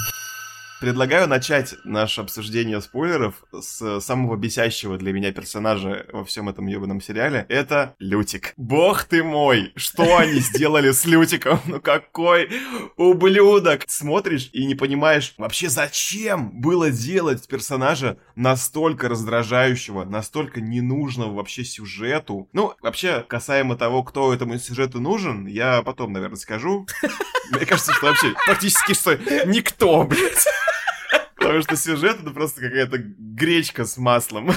Speaker 1: Предлагаю начать наше обсуждение спойлеров с самого бесящего для меня персонажа во всем этом ёбаном сериале. Это Лютик. Бог ты мой! Что они сделали с Лютиком? Какой ублюдок! Смотришь и не понимаешь вообще, зачем было делать персонажа настолько раздражающего, настолько ненужного вообще сюжету. Вообще, касаемо того, кто этому сюжету нужен, я потом, наверное, скажу. Мне кажется, что вообще практически что никто, блядь. Потому что сюжет — это просто какая-то гречка с маслом.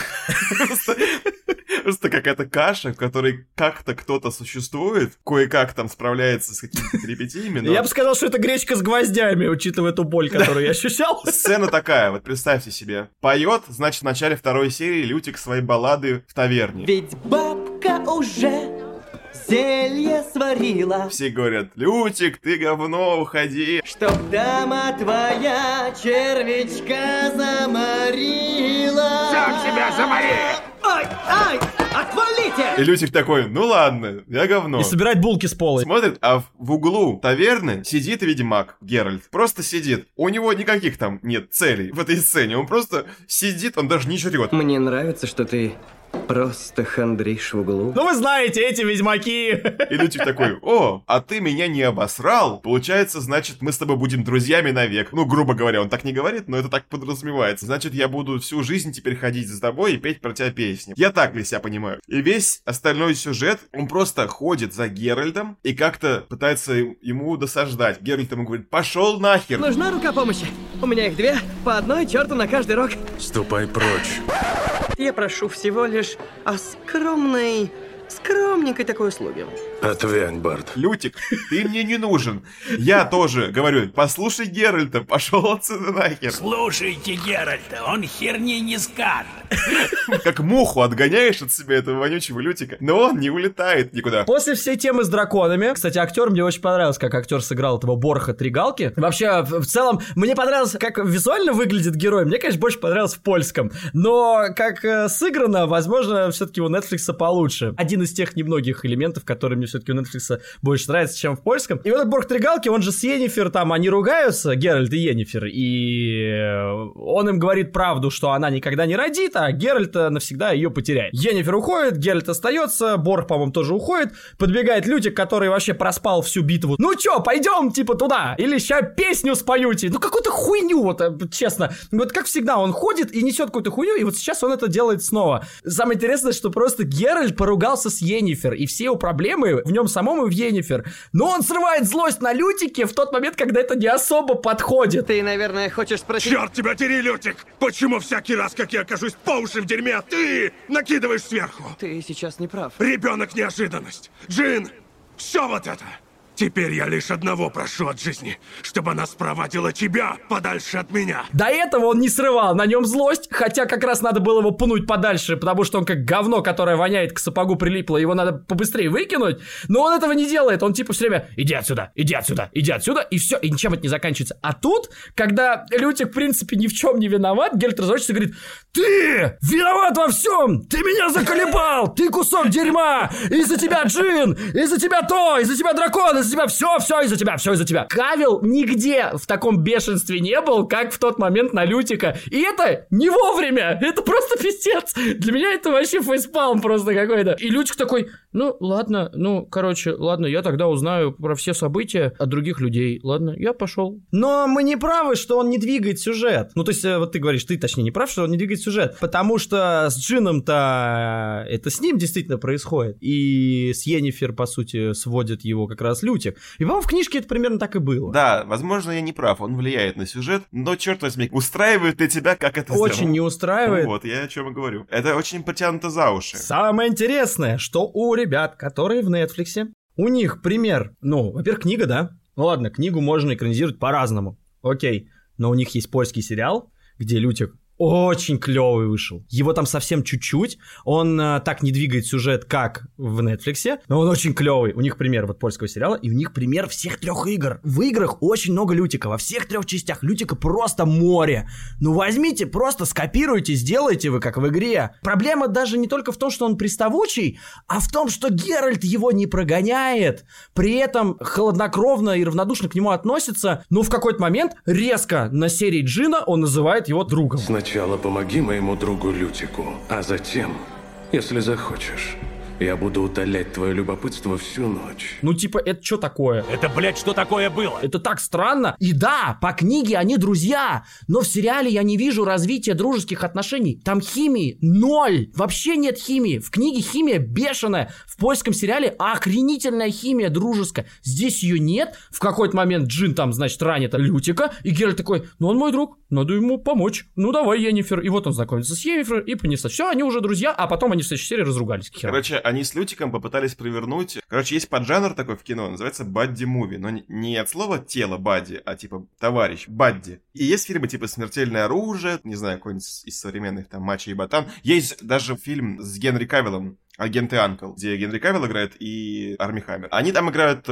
Speaker 1: Просто какая-то каша, в которой как-то кто-то существует, кое-как там справляется с какими-то перипетиями.
Speaker 2: Я бы сказал, что это гречка с гвоздями, учитывая ту боль, которую я ощущал.
Speaker 1: Сцена такая, вот представьте себе. Поет, значит, в начале второй серии Лютик свои баллады в таверне.
Speaker 11: Ведь бабка уже зелье сварила.
Speaker 1: Все говорят: Лютик, ты говно, уходи.
Speaker 11: Чтоб дама твоя червячка заморила.
Speaker 3: Сам себя замори!
Speaker 11: Ай, отвалите!
Speaker 1: И Лютик такой: ну ладно, я говно.
Speaker 2: И собирать булки с пола.
Speaker 1: Смотрит, а в углу таверны сидит ведьмак Геральт. Просто сидит. У него никаких там нет целей в этой сцене. Он просто сидит, он даже не жрет.
Speaker 11: Мне нравится, что ты просто хандришь в углу.
Speaker 2: Вы знаете, эти ведьмаки.
Speaker 1: И Лютик такой: о, а ты меня не обосрал? Получается, значит, мы с тобой будем друзьями навек. Грубо говоря, он так не говорит, но это так подразумевается. Значит, я буду всю жизнь теперь ходить за тобой и петь про тебя песни. Я так для себя понимаю. И весь остальной сюжет, он просто ходит за Геральтом и как-то пытается ему досаждать. Геральт ему говорит: пошел нахер.
Speaker 11: Нужна рука помощи? У меня их 2, по одной черту на каждый рог.
Speaker 4: Ступай прочь.
Speaker 11: Я прошу всего лишь о скромненькой такой услуги.
Speaker 4: Отвянь, Барт.
Speaker 1: Лютик, ты мне не нужен. Я тоже говорю, послушай Геральта, пошел отсюда нахер.
Speaker 5: Слушайте Геральта, он херни не скажет.
Speaker 1: Как муху отгоняешь от себя этого вонючего Лютика, но он не улетает никуда.
Speaker 2: После всей темы с драконами, кстати, актер мне очень понравился, как актер сыграл этого Борха Тригалки. Вообще, в целом, мне понравилось, как визуально выглядит герой. Мне, конечно, больше понравилось в польском. Но как сыграно, возможно, все-таки у Netflix получше. Один из тех немногих элементов, которые мне все-таки у Netflix больше нравится, чем в польском. И вот этот Борх Тригалки, он же с Йеннифер, там они ругаются, Геральт и Йеннифер, и он им говорит правду, что она никогда не родит, а Геральт навсегда ее потеряет. Йеннифер уходит, Геральт остается, Борх, по-моему, тоже уходит. Подбегает Лютик, который вообще проспал всю битву. Ну чё, пойдем, типа, туда? Или ща песню споюте? Ну какую-то хуйню, вот, честно. Вот как всегда, он ходит и несет какую-то хуйню, и вот сейчас он это делает снова. Самое интересное, что просто Геральт поругался с Йеннифер, и все его проблемы в нем самом и в Йеннифер. Но он срывает злость на Лютике в тот момент, когда это не особо подходит.
Speaker 11: Ты, наверное, хочешь спросить...
Speaker 12: Черт тебя дери, Лютик! Почему всякий раз, как я окажусь по уши в дерьме, ты накидываешь сверху?
Speaker 11: Ты сейчас не прав.
Speaker 12: Ребенок неожиданность. Джин, все вот это. Теперь я лишь одного прошу от жизни, чтобы она спровадила тебя подальше от меня.
Speaker 2: До этого он не срывал на нем злость, хотя как раз надо было его пнуть подальше, потому что он как говно, которое воняет, к сапогу прилипло, его надо побыстрее выкинуть, но он этого не делает, он типа все время иди отсюда, иди отсюда, иди отсюда, и все, и ничем это не заканчивается. А тут, когда Лютик в принципе ни в чем не виноват, Геральт разворачивается и говорит: ты виноват во всем, ты меня заколебал, ты кусок дерьма, из-за тебя Джин, из-за тебя то, из-за тебя дракон, из-за тебя все из-за тебя, все из-за тебя. Кавилл нигде в таком бешенстве не был, как в тот момент на Лютика. И это не вовремя. Это просто пиздец. Для меня это вообще фейспалм просто какой-то. И Лютик такой: ну, ладно, ладно, я тогда узнаю про все события от других людей. Ладно, я пошел. Но мы не правы, что он не двигает сюжет. Ну, то есть, вот ты говоришь, ты точнее не прав, что он не двигает сюжет. Потому что с Джином-то это с ним действительно происходит. И с Йеннифер, по сути, сводит его как раз Лютик. И, по-моему, в книжке это примерно так и было.
Speaker 1: Да, возможно, я не прав, он влияет на сюжет, но, черт возьми, устраивает ли тебя, как это сделано?
Speaker 2: Очень не устраивает.
Speaker 1: Ну вот, я о чем и говорю. Это очень потянуто за уши.
Speaker 2: Самое интересное, что у ребят, которые в Netflix, у них пример, во-первых, книга, да? Ну ладно, книгу можно экранизировать по-разному, окей, но у них есть польский сериал, где Лютик очень клевый вышел. Его там совсем чуть-чуть. Он так не двигает сюжет, как в Netflix, но он очень клевый. У них пример вот польского сериала, и у них пример всех 3 игр. В играх очень много Лютика. Во всех 3 частях Лютика просто море. Ну возьмите, просто скопируйте, сделайте вы, как в игре. Проблема даже не только в том, что он приставучий, а в том, что Геральт его не прогоняет. При этом хладнокровно и равнодушно к нему относится, но в какой-то момент резко на серии Джина он называет его другом.
Speaker 13: Сначала помоги моему другу Лютику, а затем, если захочешь, я буду утолять твое любопытство всю ночь.
Speaker 2: Ну типа, это что такое?
Speaker 5: Это, блядь, что такое было?
Speaker 2: Это так странно. И да, по книге они друзья, но в сериале я не вижу развития дружеских отношений. Там химии 0. Вообще нет химии. В книге химия бешеная. В польском сериале охренительная химия дружеская. Здесь ее нет. В какой-то момент Джин там, значит, ранит Лютика, и Геральт такой: ну он мой друг, надо ему помочь. Ну давай, Йеннифер. И вот он знакомится с Йеннифер, и понеслось. Все, они уже друзья, а потом они в следующей серии разругались.
Speaker 1: Короче, они с Лютиком попытались провернуть... Короче, есть поджанр такой в кино, называется бадди-муви. Но не от слова тело бадди, а типа товарищ, бадди. И есть фильмы типа «Смертельное оружие», не знаю, какой-нибудь из современных, там, «Мачо и Ботан». Есть даже фильм с Генри Кавиллом, «Агент и Анкл», где Генри Кавилл играет и Арми Хаммер. Они там играют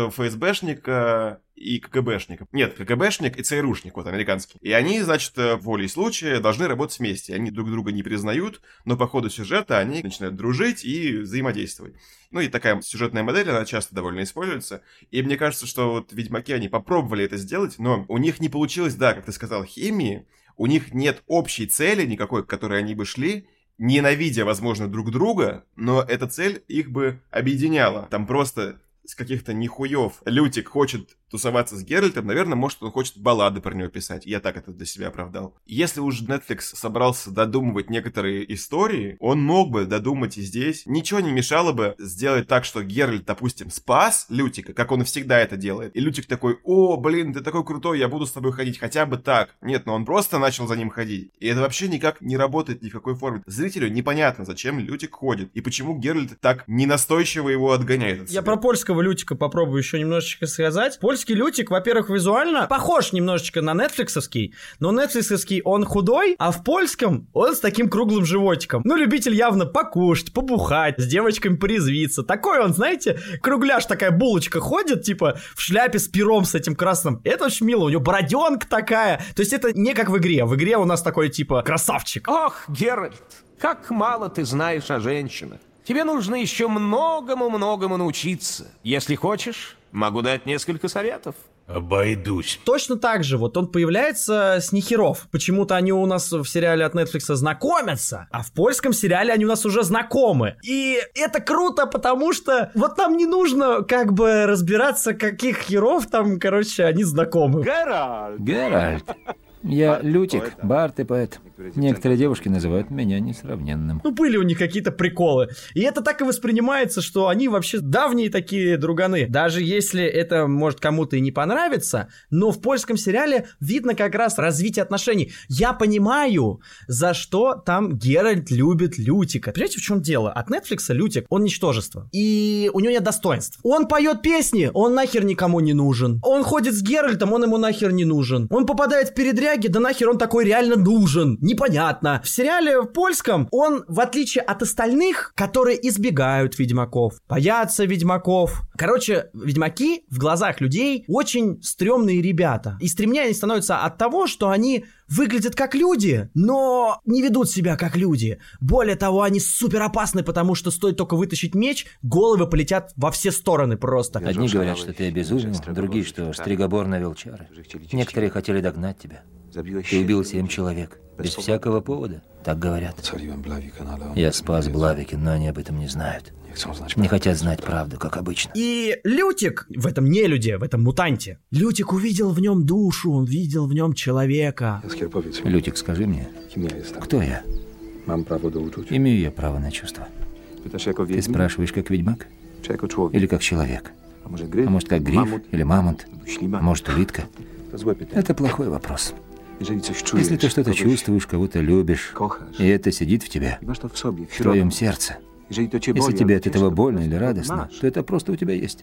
Speaker 1: ФСБшника и КГБшника. Нет, КГБшник и ЦРУшник, вот, американский. И они, значит, волей случая должны работать вместе. Они друг друга не признают, но по ходу сюжета они начинают дружить и взаимодействовать. Ну и такая сюжетная модель, она часто довольно используется. И мне кажется, что вот Ведьмаки, они попробовали это сделать, но у них не получилось, да, как ты сказал, химии. У них нет общей цели никакой, к которой они бы шли, ненавидя, возможно, друг друга, но эта цель их бы объединяла. Там просто с каких-то нихуев Лютик хочет тусоваться с Геральтом, наверное, может, он хочет баллады про него писать. Я так это для себя оправдал. Если уж Netflix собрался додумывать некоторые истории, он мог бы додумать и здесь. Ничего не мешало бы сделать так, что Геральт, допустим, спас Лютика, как он всегда это делает. И Лютик такой: о, блин, ты такой крутой, я буду с тобой ходить, хотя бы так. Нет, но он просто начал за ним ходить. И это вообще никак не работает ни в какой форме. Зрителю непонятно, зачем Лютик ходит, и почему Геральт так ненастойчиво его отгоняет от себя.
Speaker 2: Я про польского Лютика попробую еще немножечко сказать. Польский Лютик, во-первых, визуально похож немножечко на нетфликсовский, но нетфликсовский он худой, а в польском он с таким круглым животиком. Ну, любитель явно покушать, побухать, с девочками порезвиться. Такой он, знаете, кругляш, такая булочка ходит, типа в шляпе с пером с этим красным. Это очень мило, у него бороденка такая. То есть это не как в игре. В игре у нас такой, типа, красавчик.
Speaker 14: Ох, Геральт, как мало ты знаешь о женщинах. Тебе нужно еще многому-многому научиться. Если хочешь, могу дать несколько советов.
Speaker 5: Обойдусь.
Speaker 2: Точно так же, вот он появляется с нихеров. Почему-то они у нас в сериале от Netflix знакомятся, а в польском сериале они у нас уже знакомы. И это круто, потому что вот нам не нужно как бы разбираться, каких херов там, короче, они знакомы.
Speaker 8: Геральт. Я Лютик, бард и поэт. Некоторые девушки называют меня несравненным.
Speaker 2: Ну, были у них какие-то приколы. И это так и воспринимается, что они вообще давние такие друганы. Даже если это, может, кому-то и не понравится, но в польском сериале видно как раз развитие отношений. Я понимаю, за что там Геральт любит Лютика. Понимаете, в чем дело? От Netflix Лютик, он ничтожество. И у него нет достоинств. Он поет песни, он нахер никому не нужен. Он ходит с Геральтом, он ему нахер не нужен. Он попадает в передряги, да нахер он такой реально нужен. Непонятно. В сериале в польском он, в отличие от остальных, которые избегают ведьмаков, боятся ведьмаков. Короче, ведьмаки в глазах людей очень стрёмные ребята. И стремнее они становятся от того, что они выглядят как люди, но не ведут себя как люди. Более того, они супер опасны, потому что стоит только вытащить меч, головы полетят во все стороны просто.
Speaker 8: Одни говорят, что ты обезумел, другие, что Стригобор навел чары. Некоторые хотели догнать тебя. Ты убил 7 человек. Без всякого повода. Так говорят. Я спас Блавикин, но они об этом не знают. Не хотят знать правду, как обычно.
Speaker 2: И Лютик в этом нелюде, в этом мутанте, Лютик увидел в нем душу, он видел в нем человека.
Speaker 8: Лютик, скажи мне, кто я? Имею я право на чувства. Ты спрашиваешь, как ведьмак? Или как человек? А может, как гриф? Или мамонт? А может, улитка? Это плохой вопрос. Если ты что-то чувствуешь, кого-то любишь, и это сидит в тебе, в твоем сердце, если тебе от этого больно или радостно, то это просто у тебя есть.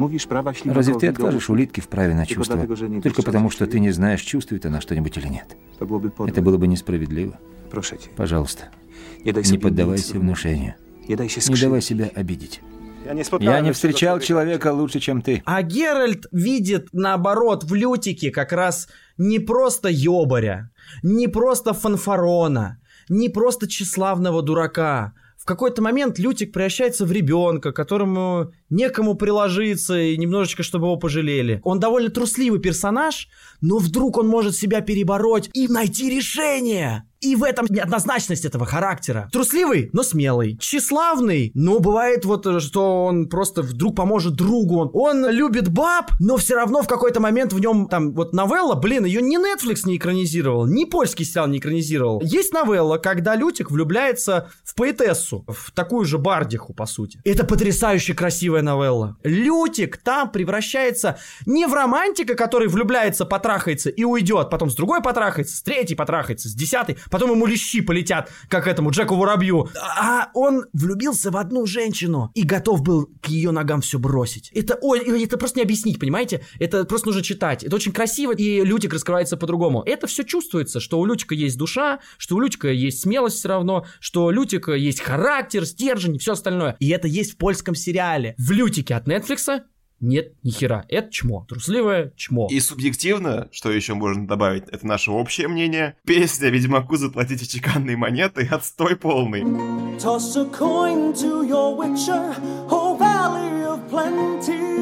Speaker 8: Разве ты откажешь улитке в праве на чувства, только потому, что ты не знаешь, чувствует она что-нибудь или нет? Это было бы несправедливо. Пожалуйста, не поддавайся внушению. Не давай себя обидеть. Я не встречал человека лучше, чем ты.
Speaker 2: А Геральт видит, наоборот, в Лютике как раз не просто ёбаря, не просто фанфарона, не просто тщеславного дурака. В какой-то момент Лютик превращается в ребенка, которому некому приложиться и немножечко, чтобы его пожалели. Он довольно трусливый персонаж, но вдруг он может себя перебороть и найти решение. И в этом неоднозначность этого характера. Трусливый, но смелый. Тщеславный, но бывает вот, что он просто вдруг поможет другу. Он любит баб, но все равно в какой-то момент в нем там вот новелла, блин, ее ни Netflix не экранизировал, ни польский сериал не экранизировал. Есть новелла, когда Лютик влюбляется в поэтессу, в такую же бардиху, по сути. Это потрясающе красивая новелла. Лютик там превращается не в романтика, который влюбляется, потрахается и уйдет, потом с другой потрахается, с третьей потрахается, с 10-й. Потом ему лещи полетят, как этому Джеку Воробью. А он влюбился в одну женщину и готов был к ее ногам все бросить. Это просто не объяснить, понимаете? Это просто нужно читать. Это очень красиво, и Лютик раскрывается по-другому. Это все чувствуется, что у Лютика есть душа, что у Лютика есть смелость все равно, что у Лютика есть характер, стержень и все остальное. И это есть в польском сериале. В Лютике от Netflix нет ни хера. Это чмо. Трусливое чмо.
Speaker 1: И субъективно, что еще можно добавить, это наше общее мнение. Песня «Ведьмаку заплатите чеканные монеты» отстой полный.
Speaker 15: Toss a coin to your witcher, oh valley of plenty.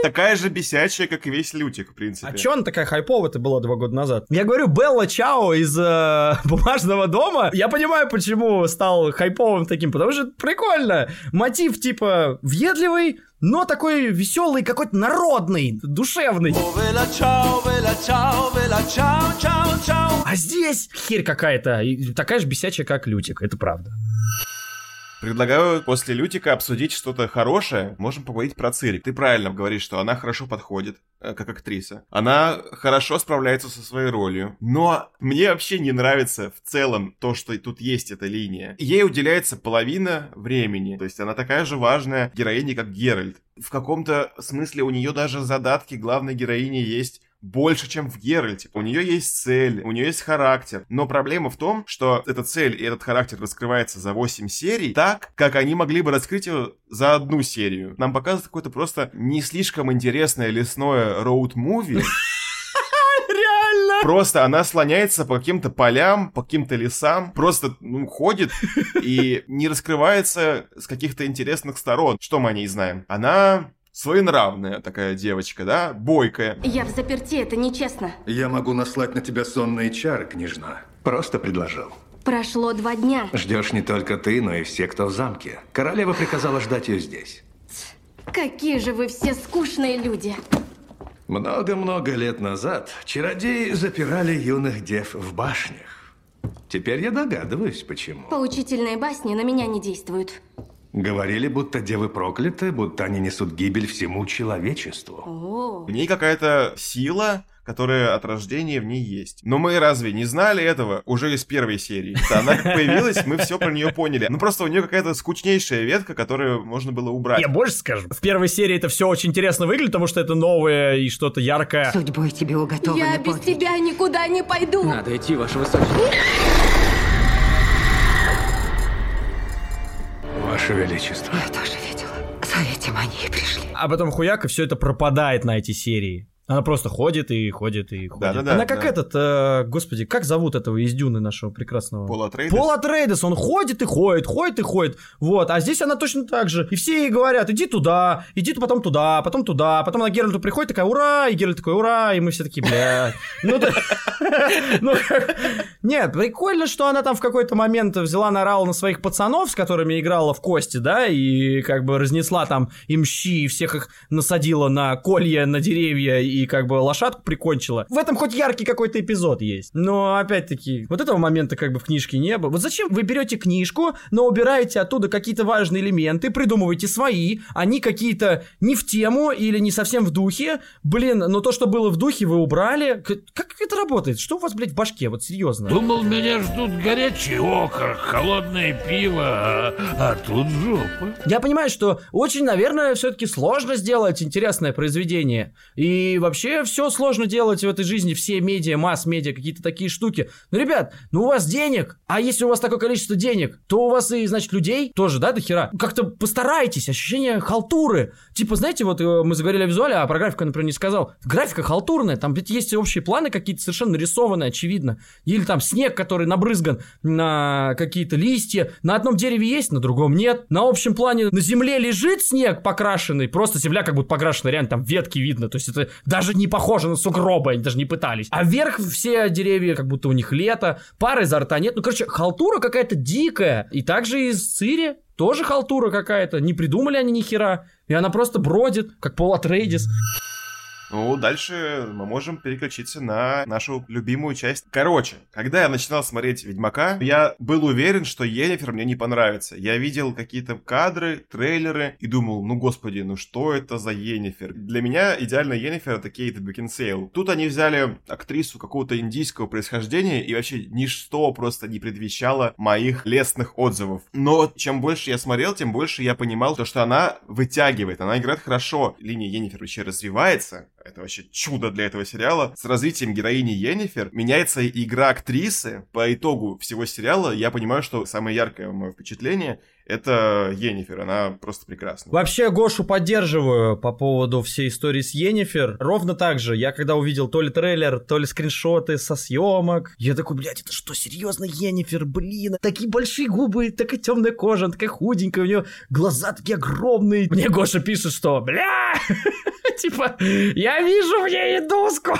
Speaker 1: такая же бесячая, как и весь Лютик, в принципе.
Speaker 2: А чё она такая хайповая-то была 2 года назад? Я говорю, Белла Чао из «Бумажного дома», я понимаю, почему стал хайповым таким, потому что это прикольно. Мотив типа въедливый, но такой веселый, какой-то народный, душевный. А здесь херь какая-то, и такая же бесячая, как Лютик, это правда.
Speaker 1: Предлагаю после Лютика обсудить что-то хорошее. Можем поговорить про Цирик. Ты правильно говоришь, что она хорошо подходит, как актриса. Она хорошо справляется со своей ролью. Но мне вообще не нравится в целом то, что тут есть эта линия. Ей уделяется половина времени. То есть она такая же важная героиня, как Геральт. В каком-то смысле у нее даже задатки главной героини есть больше, чем в Геральте. У нее есть цель, у нее есть характер. Но проблема в том, что эта цель и этот характер раскрывается за 8 серий так, как они могли бы раскрыть его за 1 серию. Нам показывают какое-то просто не слишком интересное лесное роуд-муви.
Speaker 2: Реально!
Speaker 1: Просто она слоняется по каким-то полям, по каким-то лесам, просто ходит и не раскрывается с каких-то интересных сторон. Что мы о ней знаем? Она своенравная такая девочка, да? Бойкая.
Speaker 16: Я в заперти, это нечестно.
Speaker 17: Я могу наслать на тебя сонные чары, княжна. Просто предложил.
Speaker 16: Прошло 2 дня.
Speaker 17: Ждешь не только ты, но и все, кто в замке. Королева приказала ждать ее здесь.
Speaker 16: Какие же вы все скучные люди.
Speaker 17: Много-много лет назад чародеи запирали юных дев в башнях. Теперь я догадываюсь, почему.
Speaker 16: Поучительные басни на меня не действуют.
Speaker 17: Говорили, будто девы прокляты, будто они несут гибель всему человечеству.
Speaker 16: О.
Speaker 1: В ней какая-то сила, которая от рождения в ней есть. Но мы разве не знали этого уже из 1 серии? Она как появилась, мы все про нее поняли. Ну просто у нее какая-то скучнейшая ветка, которую можно было убрать.
Speaker 2: Я больше скажу. В 1 серии это все очень интересно выглядит, потому что это новое и что-то яркое.
Speaker 18: Судьбой тебе уготованы
Speaker 16: Я без тебя никуда не пойду.
Speaker 11: Надо идти, ваше высочество.
Speaker 17: Ваше Величество.
Speaker 18: Я тоже видела. За этим они и пришли.
Speaker 2: А потом хуяк, и все это пропадает на эти серии. Она просто ходит и ходит и ходит.
Speaker 1: Да-да-да,
Speaker 2: она как господи, как зовут этого из Дюны нашего прекрасного?
Speaker 1: Пол Атрейдес.
Speaker 2: Пол Атрейдес, он ходит и ходит, ходит и ходит. Вот, а здесь она точно так же. И все ей говорят, иди туда, иди потом туда, потом туда. Потом она к Геральту приходит, такая, ура, и Геральт такой, ура, и мы все такие, блядь. Нет, прикольно, что она там в какой-то момент взяла, наорала на своих пацанов, с которыми играла в кости, да, и как бы разнесла там им щи, и всех их насадила на колья, на деревья, и как бы лошадку прикончила. В этом хоть яркий какой-то эпизод есть. Но опять-таки, вот этого момента как бы в книжке не было. Вот зачем вы берете книжку, но убираете оттуда какие-то важные элементы, придумываете свои, они какие-то не в тему или не совсем в духе. Блин, но то, что было в духе, вы убрали. Как это работает? Что у вас, блядь, в башке? Вот серьезно.
Speaker 5: Думал, меня ждут горячий окорок, холодное пиво, а тут жопа.
Speaker 2: Я понимаю, что очень, наверное, все-таки сложно сделать интересное произведение. И вообще все сложно делать в этой жизни, все медиа, масс-медиа, какие-то такие штуки. Ну, ребят, ну у вас денег, а если у вас такое количество денег, то у вас и, значит, людей тоже, да, до хера. Как-то постарайтесь, ощущение халтуры. Типа, знаете, вот мы заговорили о визуале, а про графику, например, не сказал. Графика халтурная, там ведь есть общие планы какие-то совершенно нарисованные, очевидно. Или там снег, который набрызган на какие-то листья. На одном дереве есть, на другом нет. На общем плане на земле лежит снег покрашенный, просто земля как будто покрашена, реально там ветки видно. То есть это даже не похоже на сугробы, они даже не пытались. А вверх все деревья, как будто у них лето, пары изо рта нет. Ну, короче, халтура какая-то дикая. И также из Цири тоже халтура какая-то. Не придумали они ни хера. И она просто бродит, как Пол Атрейдес.
Speaker 1: Ну, дальше мы можем переключиться на нашу любимую часть. Короче, когда я начинал смотреть «Ведьмака», я был уверен, что Йеннифер мне не понравится. Я видел какие-то кадры, трейлеры и думал, ну, господи, ну что это за Йеннифер? Для меня идеальная Йеннифер — это Кейт Бекинсейл. Тут они взяли актрису какого-то индийского происхождения, и вообще ничто просто не предвещало моих лестных отзывов. Но чем больше я смотрел, тем больше я понимал, что она вытягивает, она играет хорошо. Линия Йеннифер вообще развивается. Это вообще чудо для этого сериала. С развитием героини Йеннифер меняется игра актрисы. По итогу всего сериала я понимаю, что самое яркое мое впечатление — это Йеннифер, она просто прекрасна.
Speaker 2: Вообще Гошу поддерживаю по поводу всей истории с Йеннифер. Ровно так же, я когда увидел то ли трейлер, то ли скриншоты со съемок, я такой, блядь, это что, серьезно Йеннифер, блин, такие большие губы, такая темная кожа, она такая худенькая, у нее глаза такие огромные. Мне Гоша пишет, что, бля, типа, я вижу в ней индуску.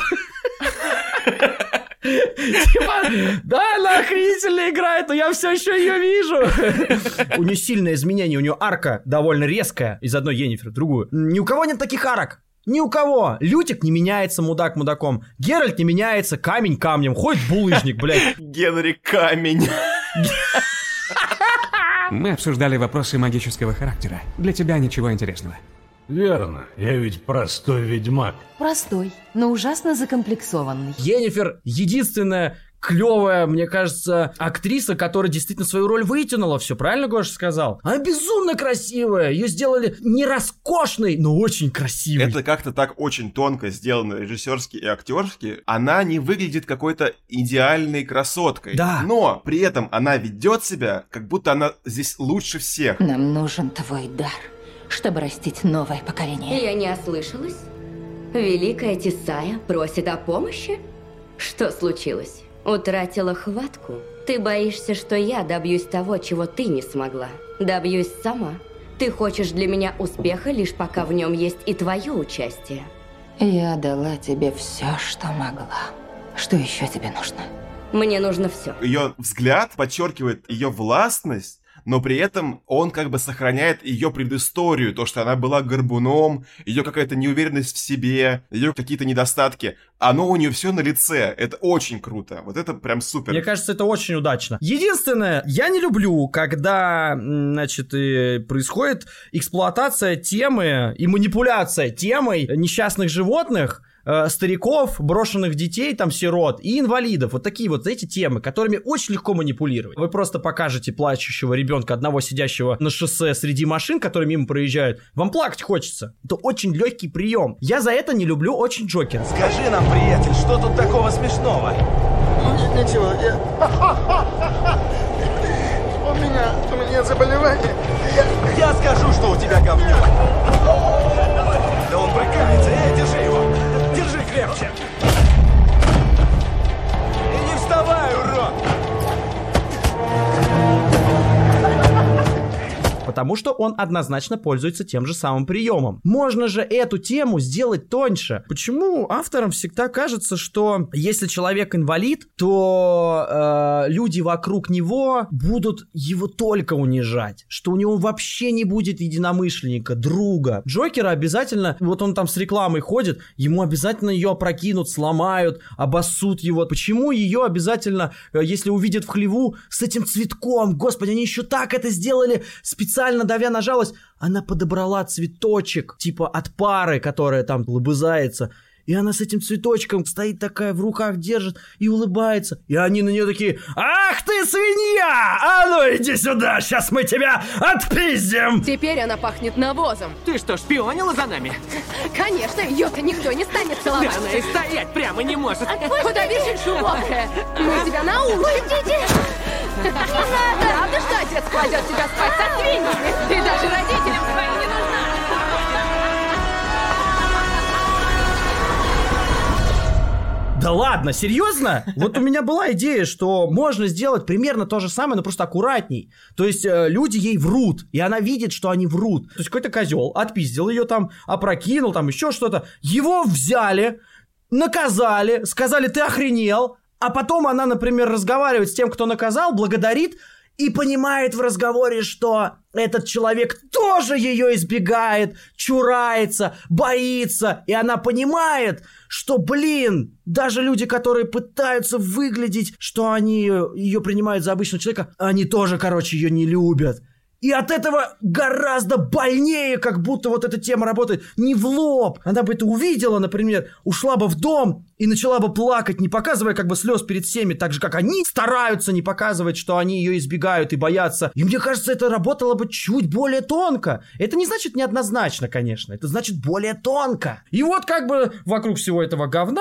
Speaker 2: Типа, да, она охренительно играет, но я все еще ее вижу. У нее сильное изменение, у нее арка довольно резкая из одной Йеннифер в другую. Ни у кого нет таких арок. Ни у кого. Лютик не меняется, мудак мудаком. Геральт не меняется, камень камнем. Ходит булыжник, блядь.
Speaker 1: Генри Камень.
Speaker 19: Мы обсуждали вопросы магического характера. Для тебя ничего интересного.
Speaker 5: Верно, я ведь простой ведьмак.
Speaker 20: Простой, но ужасно закомплексованный.
Speaker 2: Йеннифер единственная клевая, мне кажется, актриса, которая действительно свою роль вытянула. Все правильно Гоша сказал? Она безумно красивая. Ее сделали не роскошной, но очень красивой.
Speaker 1: Это как-то так очень тонко сделано режиссерски и актерски. Она не выглядит какой-то идеальной красоткой.
Speaker 2: Да.
Speaker 1: Но при этом она ведет себя, как будто она здесь лучше всех.
Speaker 20: Нам нужен твой дар, чтобы растить новое поколение.
Speaker 16: Я не ослышалась? Великая Тесая просит о помощи? Что случилось? Утратила хватку? Ты боишься, что я добьюсь того, чего ты не смогла? Добьюсь сама. Ты хочешь для меня успеха, лишь пока в нем есть и твое участие.
Speaker 20: Я дала тебе все, что могла. Что еще тебе нужно?
Speaker 16: Мне нужно все.
Speaker 1: Ее взгляд подчеркивает ее властность, но при этом он как бы сохраняет ее предысторию, то, что она была горбуном, ее какая-то неуверенность в себе, ее какие-то недостатки. Оно у нее все на лице. Это очень круто. Вот это прям супер.
Speaker 2: Мне кажется, это очень удачно. Единственное, я не люблю, когда, значит, происходит эксплуатация темы и манипуляция темой несчастных животных, стариков, брошенных детей, там, сирот и инвалидов. Вот такие вот эти темы, которыми очень легко манипулировать. Вы просто покажете плачущего ребенка, одного сидящего на шоссе среди машин, которые мимо проезжают. Вам плакать хочется. Это очень легкий прием. Я за это не люблю очень Джокера.
Speaker 21: Скажи нам, приятель, что тут такого смешного?
Speaker 22: Ничего, у меня заболевание.
Speaker 21: Я скажу, что у тебя говнюк. Да он брыкается. Держи его. Держи крепче. И не вставай, урод.
Speaker 2: Потому что он однозначно пользуется тем же самым приемом. Можно же эту тему сделать тоньше. Почему авторам всегда кажется, что если человек инвалид, то люди вокруг него будут его только унижать, что у него вообще не будет единомышленника, друга. Джокера обязательно, вот он там с рекламой ходит, ему обязательно ее опрокинут, сломают, обоссут его. Почему ее обязательно, если увидят в хлеву, с этим цветком? Господи, они еще так это сделали специально, давя на жалость, она подобрала цветочек, типа от пары, которая там лобызается, и она с этим цветочком стоит такая, в руках держит и улыбается, и они на нее такие: ах ты свинья, а ну иди сюда, сейчас мы тебя отпиздим.
Speaker 23: Теперь она пахнет навозом.
Speaker 24: Ты что, шпионила за нами?
Speaker 23: Конечно, ее-то никто не станет целовать.
Speaker 24: Да она и стоять прямо не может.
Speaker 23: Куда бежишь, шубовка? Мы тебя научим. Правда, что отец кладет тебя спать со свиньями? Ты даже родителям своим не нужна.
Speaker 2: Да ладно, серьезно? Вот у меня была идея, что можно сделать примерно то же самое, но просто аккуратней. То есть люди ей врут, и она видит, что они врут. То есть какой-то козел отпиздил ее там, опрокинул, там еще что-то. Его взяли, наказали, сказали: ты охренел. А потом она, например, разговаривает с тем, кто наказал, благодарит и понимает в разговоре, что этот человек тоже ее избегает, чурается, боится. И она понимает, что, блин, даже люди, которые пытаются выглядеть, что они ее принимают за обычного человека, они тоже, короче, ее не любят. И от этого гораздо больнее, как будто вот эта тема работает не в лоб. Она бы это увидела, например, ушла бы в дом и начала бы плакать, не показывая как бы слез перед всеми, так же, как они стараются не показывать, что они ее избегают и боятся. И мне кажется, это работало бы чуть более тонко. Это не значит неоднозначно, конечно, это значит более тонко. И вот как бы вокруг всего этого говна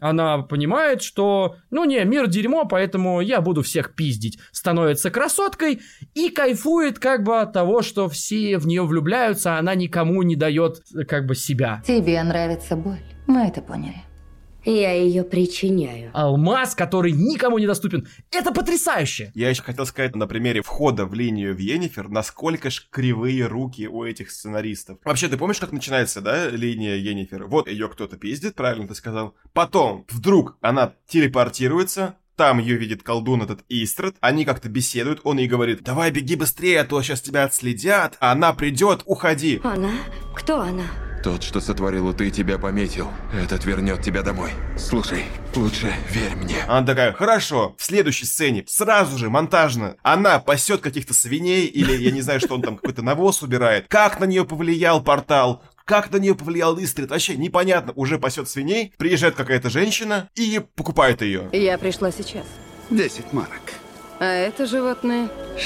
Speaker 2: Она понимает, что, мир дерьмо, поэтому я буду всех пиздить. Становится красоткой и кайфует как бы от того, что все в нее влюбляются, а она никому не дает как бы себя.
Speaker 20: Тебе нравится боль, мы это поняли.
Speaker 16: Я ее причиняю.
Speaker 2: Алмаз, который никому не доступен. Это потрясающе!
Speaker 1: Я еще хотел сказать на примере входа в линию Йеннифер, насколько ж кривые руки у этих сценаристов. Вообще, ты помнишь, как начинается, да, линия Йеннифер? Вот ее кто-то пиздит, правильно ты сказал. Потом, вдруг, она телепортируется, там ее видит колдун этот Истрад, они как-то беседуют, он ей говорит: давай беги быстрее, а то сейчас тебя отследят, а она придет, уходи.
Speaker 16: Она? Кто она?
Speaker 13: Тот, что сотворил, ты тебя пометил. Этот вернет тебя домой. Слушай, лучше верь мне.
Speaker 1: Она такая: хорошо. В следующей сцене, сразу же, монтажно, она пасет каких-то свиней, или я не знаю, что он там, какой-то навоз убирает. Как на нее повлиял портал? Как на нее повлиял Истрад? Вообще непонятно. Уже пасет свиней, приезжает какая-то женщина и покупает ее.
Speaker 18: Я пришла сейчас.
Speaker 6: 10 марок.
Speaker 18: А это животное?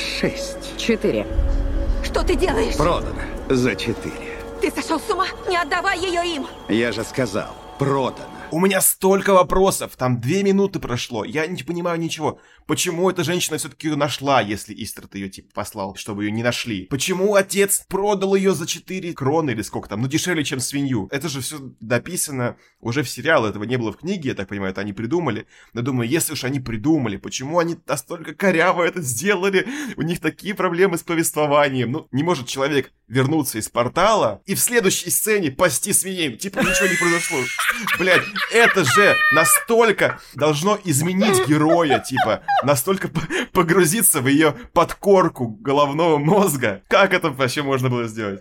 Speaker 6: 6.
Speaker 18: 4.
Speaker 23: Что ты делаешь?
Speaker 6: Продано за 4.
Speaker 23: Ты сошел с ума? Не отдавай ее им!
Speaker 6: Я же сказал, продано.
Speaker 1: У меня столько вопросов, там 2 минуты прошло, я не понимаю ничего. Почему эта женщина все-таки ее нашла, если Истрад ее типа послал, чтобы ее не нашли? Почему отец продал ее за 4 кроны или сколько там, дешевле, чем свинью? Это же все дописано уже в сериал, этого не было в книге, я так понимаю, это они придумали. Но думаю, если уж они придумали, почему они настолько коряво это сделали? У них такие проблемы с повествованием. Не может человек вернуться из портала и в следующей сцене пасти свиней. Типа ничего не произошло. Блять, это же настолько должно изменить героя, типа, настолько погрузиться в ее подкорку головного мозга. Как это вообще можно было сделать?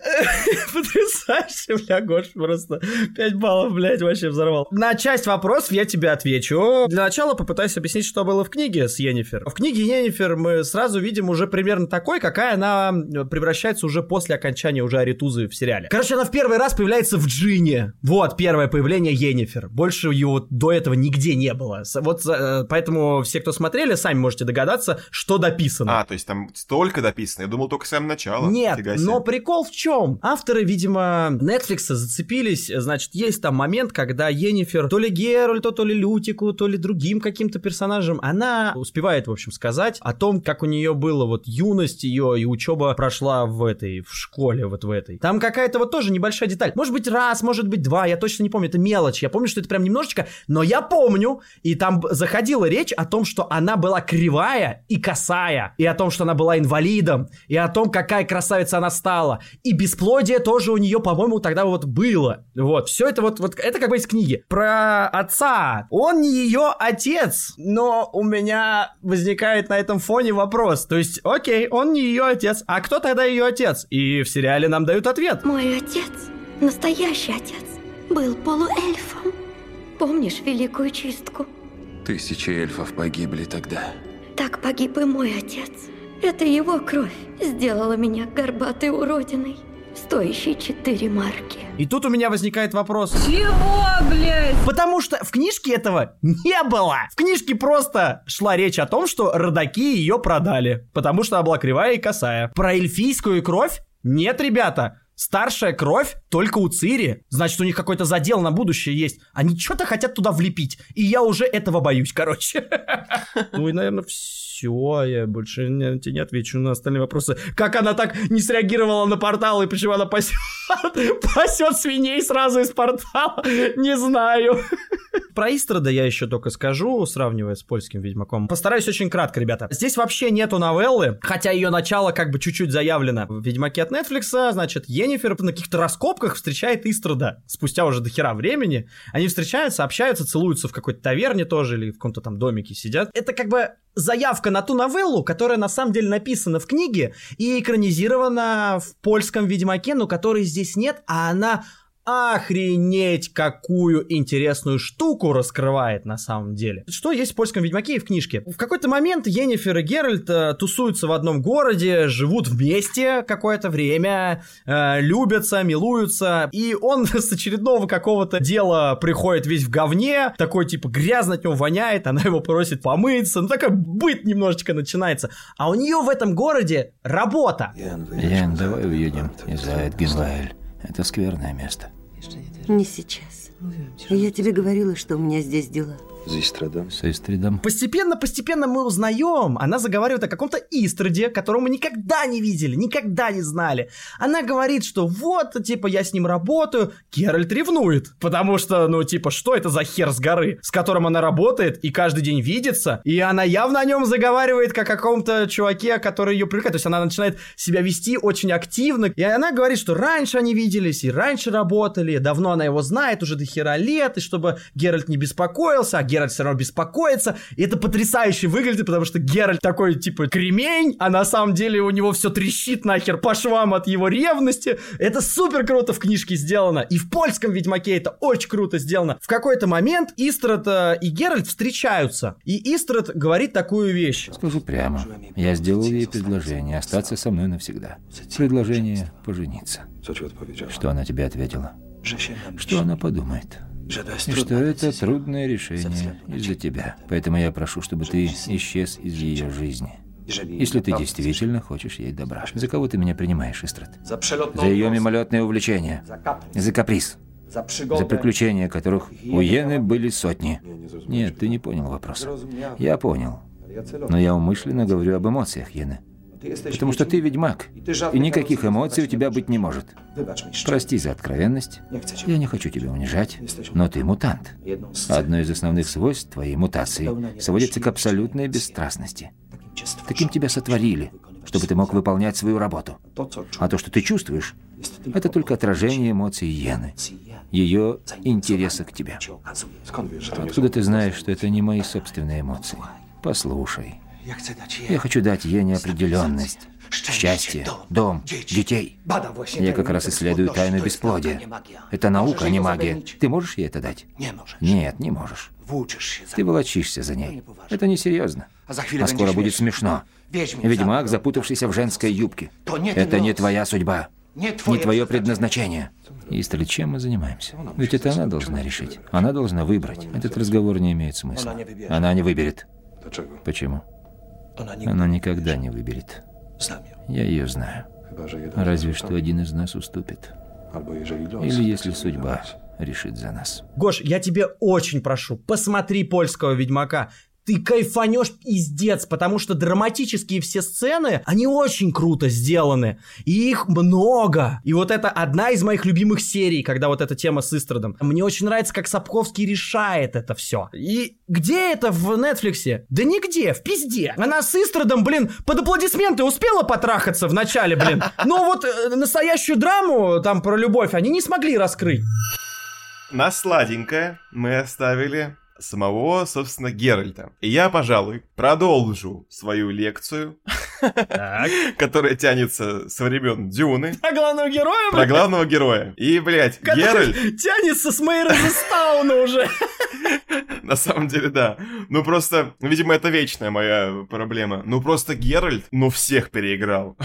Speaker 2: Потрясающе, бля, Гош, просто 5 баллов, блядь, вообще взорвал. На часть вопросов я тебе отвечу. Для начала попытаюсь объяснить, что было в книге с Йеннифер. В книге Йеннифер мы сразу видим уже примерно такой, какая она превращается уже после окончания уже Аритузы в сериале. Короче, она в первый раз появляется в Джине. Вот, первое появление Йеннифер. Больше его до этого нигде не было. Вот поэтому все, кто смотрели, сами можете догадаться, что дописано.
Speaker 1: То есть там столько дописано? Я думал, только с самого начала.
Speaker 2: Нет, но прикол в чем? Авторы, видимо, Netflix зацепились, значит, есть там момент, когда Йеннифер то ли Геральту, то ли Лютику, то ли другим каким-то персонажем, она успевает, в общем, сказать о том, как у нее была вот юность ее и учеба прошла в школе вот в этой. Там какая-то вот тоже небольшая деталь. Может быть, раз, может быть, 2, я точно не помню, это мелочь. Я помню, что это прям немножечко, но я помню, и там заходила речь о том, что она была кривая и косая, и о том, что она была инвалидом, и о том, какая красавица она стала. И бесплодие тоже у нее, по-моему, тогда вот было. Вот, все это вот это как бы из книги. Про отца. Он не ее отец, но у меня возникает на этом фоне вопрос. То есть, окей, он не ее отец, а кто тогда ее отец? И в сериале нам дают ответ.
Speaker 16: Мой отец, настоящий отец, был полуэльфом. Помнишь Великую Чистку?
Speaker 13: 1000 эльфов погибли тогда.
Speaker 16: Так погиб и мой отец. Это его кровь сделала меня горбатой уродиной, стоящей 4 марки.
Speaker 2: И тут у меня возникает вопрос.
Speaker 23: Чего, блядь?
Speaker 2: Потому что в книжке этого не было. В книжке просто шла речь о том, что родаки ее продали, потому что она была кривая и косая. Про эльфийскую кровь? Нет, ребята. Старшая кровь только у Цири. Значит, у них какой-то задел на будущее есть. Они что-то хотят туда влепить. И я уже этого боюсь, короче. Ну и, наверное, все. Я больше тебе не отвечу на остальные вопросы. Как она так не среагировала на портал и почему она пасет свиней сразу из портала? Не знаю. Про Истрада я еще только скажу, сравнивая с польским Ведьмаком. Постараюсь очень кратко, ребята. Здесь вообще нету новеллы, хотя ее начало как бы чуть-чуть заявлено. В Ведьмаке от Netflix, значит, Йеннифер на каких-то раскопках встречает Истрада. Спустя уже до хера времени. Они встречаются, общаются, целуются в какой-то таверне тоже или в каком-то там домике сидят. Это как бы заявка на ту новеллу, которая на самом деле написана в книге и экранизирована в польском Ведьмаке, но которой здесь нет, а она охренеть какую интересную штуку раскрывает на самом деле. Что есть в польском Ведьмаке и в книжке? В какой-то момент Йеннифер и Геральт тусуются в одном городе, живут вместе какое-то время, любятся, милуются, и он с очередного какого-то дела приходит весь в говне, такой типа грязно от него воняет, она его просит помыться, ну такой быт немножечко начинается. А у нее в этом городе работа.
Speaker 8: Ян, давай уедем из Айдгизлаэль. Это скверное место.
Speaker 3: Не сейчас. Я тебе говорила, что у меня здесь дела.
Speaker 7: С Истридом.
Speaker 2: Постепенно мы узнаем. Она заговаривает о каком-то Истраде, которого мы никогда не видели, никогда не знали. Она говорит, что вот, типа, я с ним работаю. Геральт ревнует. Потому что, ну, типа, что это за хер с горы, с которым она работает и каждый день видится. И она явно о нем заговаривает, как о каком-то чуваке, который ее привлекает. То есть она начинает себя вести очень активно. И она говорит, что раньше они виделись и раньше работали. Давно она его знает, уже до хера лет. И чтобы Геральт не беспокоился, а Геральт все равно беспокоится, и это потрясающе выглядит, потому что Геральт такой, типа, кремень, а на самом деле у него все трещит нахер по швам от его ревности. Это супер круто в книжке сделано, и в польском Ведьмаке это очень круто сделано. В какой-то момент Истрад и Геральт встречаются, и Истрад говорит такую вещь.
Speaker 7: Скажу прямо, я сделал ей предложение остаться со мной навсегда. Предложение пожениться. Что она тебе ответила? Что она подумает? И что это трудное решение из-за тебя. Поэтому я прошу, чтобы ты исчез из ее жизни. Если ты действительно хочешь ей добра. За кого ты меня принимаешь, Истрад? За ее мимолетное увлечение. За каприз. За приключения, которых у Йены были сотни. Нет, ты не понял вопрос. Я понял. Но я умышленно говорю об эмоциях Йены. Потому что ты ведьмак, и никаких эмоций у тебя быть не может. Прости за откровенность. Я не хочу тебя унижать, но ты мутант. Одно из основных свойств твоей мутации сводится к абсолютной бесстрастности. Таким тебя сотворили, чтобы ты мог выполнять свою работу. А то, что ты чувствуешь, это только отражение эмоций Йены, ее интереса к тебе. Откуда ты знаешь, что это не мои собственные эмоции? Послушай. Я хочу дать ей неопределенность, счастье, дом, детей. Я как раз исследую тайну бесплодия. Это наука, а не магия. Ты можешь ей это дать? Нет, не можешь. Ты волочишься за ней. Это несерьезно. А скоро будет смешно. Ведьмак, запутавшийся в женской юбке. Это не твоя судьба. Не твое предназначение. Истрад, чем мы занимаемся? Ведь это она должна решить. Она должна выбрать. Этот разговор не имеет смысла. Она не выберет. Почему? Она никогда не выберет. Я ее знаю. Разве что один из нас уступит. Или если судьба решит за нас.
Speaker 2: Гош, я тебе очень прошу, посмотри польского Ведьмака. Ты кайфанешь пиздец, потому что драматические все сцены, они очень круто сделаны. И их много. И вот это одна из моих любимых серий, когда вот эта тема с Истрадом. Мне очень нравится, как Сапковский решает это все. И где это в Нетфликсе? Да нигде, в пизде. Она с Истрадом, блин, под аплодисменты успела потрахаться в начале, блин. Но вот настоящую драму там про любовь они не смогли раскрыть.
Speaker 1: На сладенькое мы оставили самого, собственно, Геральта. И я, пожалуй, продолжу свою лекцию, которая тянется со времен Дюны.
Speaker 2: Про главного героя?
Speaker 1: Про главного героя. И, блядь, Геральт...
Speaker 2: тянется с Мейрезестауна уже.
Speaker 1: На самом деле, да. Ну, просто, видимо, это вечная моя проблема. Ну, просто Геральт, ну, всех переиграл.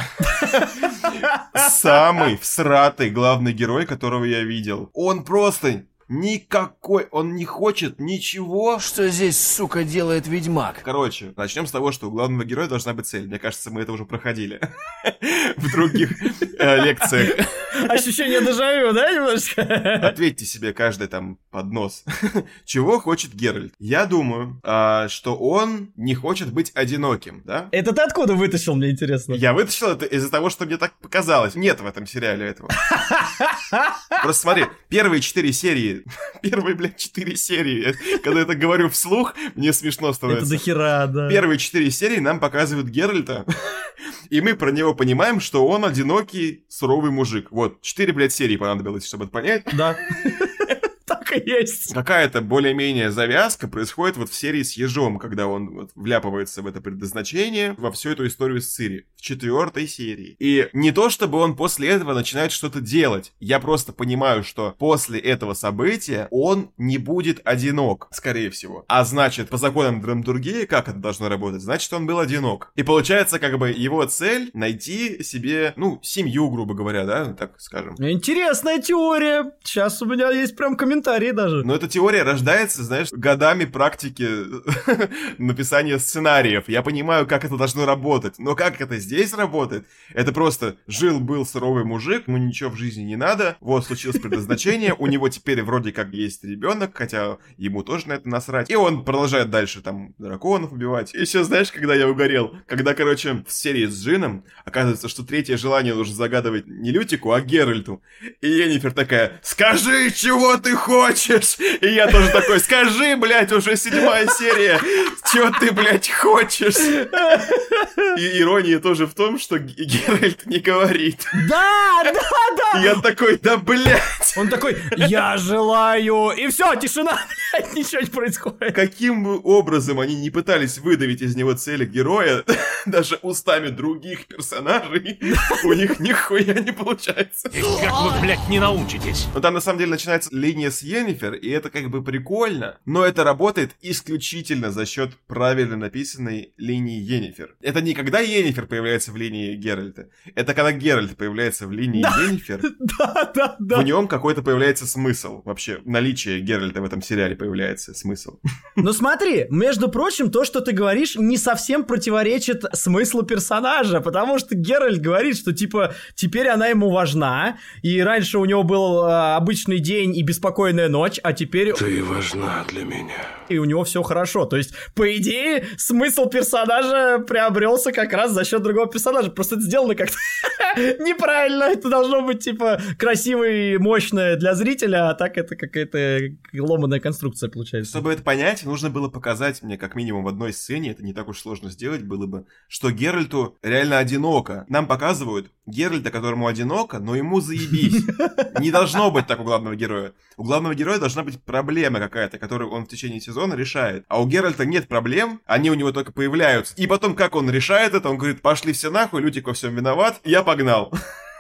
Speaker 1: Самый всратый главный герой, которого я видел. Он просто... Никакой, он не хочет ничего.
Speaker 21: Что здесь, сука, делает ведьмак?
Speaker 1: Короче, начнем с того, что у главного героя должна быть цель. Мне кажется, мы это уже проходили в других лекциях.
Speaker 2: Ощущение дежавю, да, немножко?
Speaker 1: Ответьте себе каждый там под нос. Чего хочет Геральт? Я думаю, что он не хочет быть одиноким, да?
Speaker 2: Это ты откуда вытащил, мне интересно?
Speaker 1: Я вытащил это из-за того, что мне так показалось. Нет в этом сериале этого. Просто смотри, первые 4 серии, когда я это говорю вслух, мне смешно становится.
Speaker 2: Это дохера, да.
Speaker 1: Первые 4 серии нам показывают Геральта, и мы про него понимаем, что он одинокий, суровый мужик. Вот, 4, блядь, серии понадобилось, чтобы это понять.
Speaker 2: Да. Так и есть.
Speaker 1: Какая-то более-менее завязка происходит вот в серии с Ежом, когда он вот вляпывается в это предназначение, во всю эту историю с Цири. В 4 серии. И не то, чтобы он после этого начинает что-то делать. Я просто понимаю, что после этого события он не будет одинок, скорее всего. А значит, по законам драматургии, как это должно работать? Значит, он был одинок. И получается, как бы, его цель найти себе, ну, семью, грубо говоря, да, так скажем.
Speaker 2: Интересная теория. Сейчас у меня есть прям комментарий говори даже.
Speaker 1: Но эта теория рождается, знаешь, годами практики написания сценариев. Я понимаю, как это должно работать, но как это здесь работает? Это просто жил-был суровый мужик, ему ничего в жизни не надо, вот случилось предназначение, у него теперь вроде как есть ребенок, хотя ему тоже на это насрать. И он продолжает дальше там драконов убивать. И еще знаешь, когда я угорел? Когда, короче, в серии с Джином оказывается, что третье желание нужно загадывать не Лютику, а Геральту. И Йеннифер такая: скажи, чего ты хочешь? И я тоже такой: скажи, блядь, уже 7-я серия, чего ты, блядь, хочешь? И ирония тоже в том, что Геральт не говорит.
Speaker 2: Да!
Speaker 1: И я такой: да, блядь!
Speaker 2: Он такой: я желаю... И все, тишина, блядь, ничего не происходит.
Speaker 1: Каким бы образом они не пытались выдавить из него цели героя, даже устами других персонажей, у них нихуя не получается.
Speaker 5: И как вы, блядь, не научитесь?
Speaker 1: Но там на самом деле начинается линия с Йеннифер, и это как бы прикольно, но это работает исключительно за счет правильно написанной линии Йеннифер. Это не когда Йеннифер появляется в линии Геральта, это когда Геральт появляется в линии Йеннифер.
Speaker 2: Да.
Speaker 1: В нем какой-то появляется смысл. Вообще, наличие Геральта в этом сериале появляется смысл.
Speaker 2: Ну смотри, между прочим, то, что ты говоришь, не совсем противоречит смыслу персонажа, потому что Геральт говорит, что типа теперь она ему важна, и раньше у него был обычный день и беспокойная ночь, а теперь...
Speaker 13: Ты важна для меня.
Speaker 2: И у него все хорошо. То есть, по идее, смысл персонажа приобрелся как раз за счет другого персонажа. Просто это сделано как-то неправильно. Это должно быть, типа, красиво и мощно для зрителя, а так это какая-то ломаная конструкция получается.
Speaker 1: Чтобы это понять, нужно было показать мне как минимум в одной сцене, это не так уж сложно сделать было бы, что Геральту реально одиноко. Нам показывают Геральта, которому одиноко, но ему заебись. Не должно быть так у главного героя. У главного героя должна быть проблема какая-то, которую он в течение сезона решает. А у Геральта нет проблем, они у него только появляются. И потом, как он решает это, он говорит: пошли все нахуй, Лютик во всем виноват, я погнал.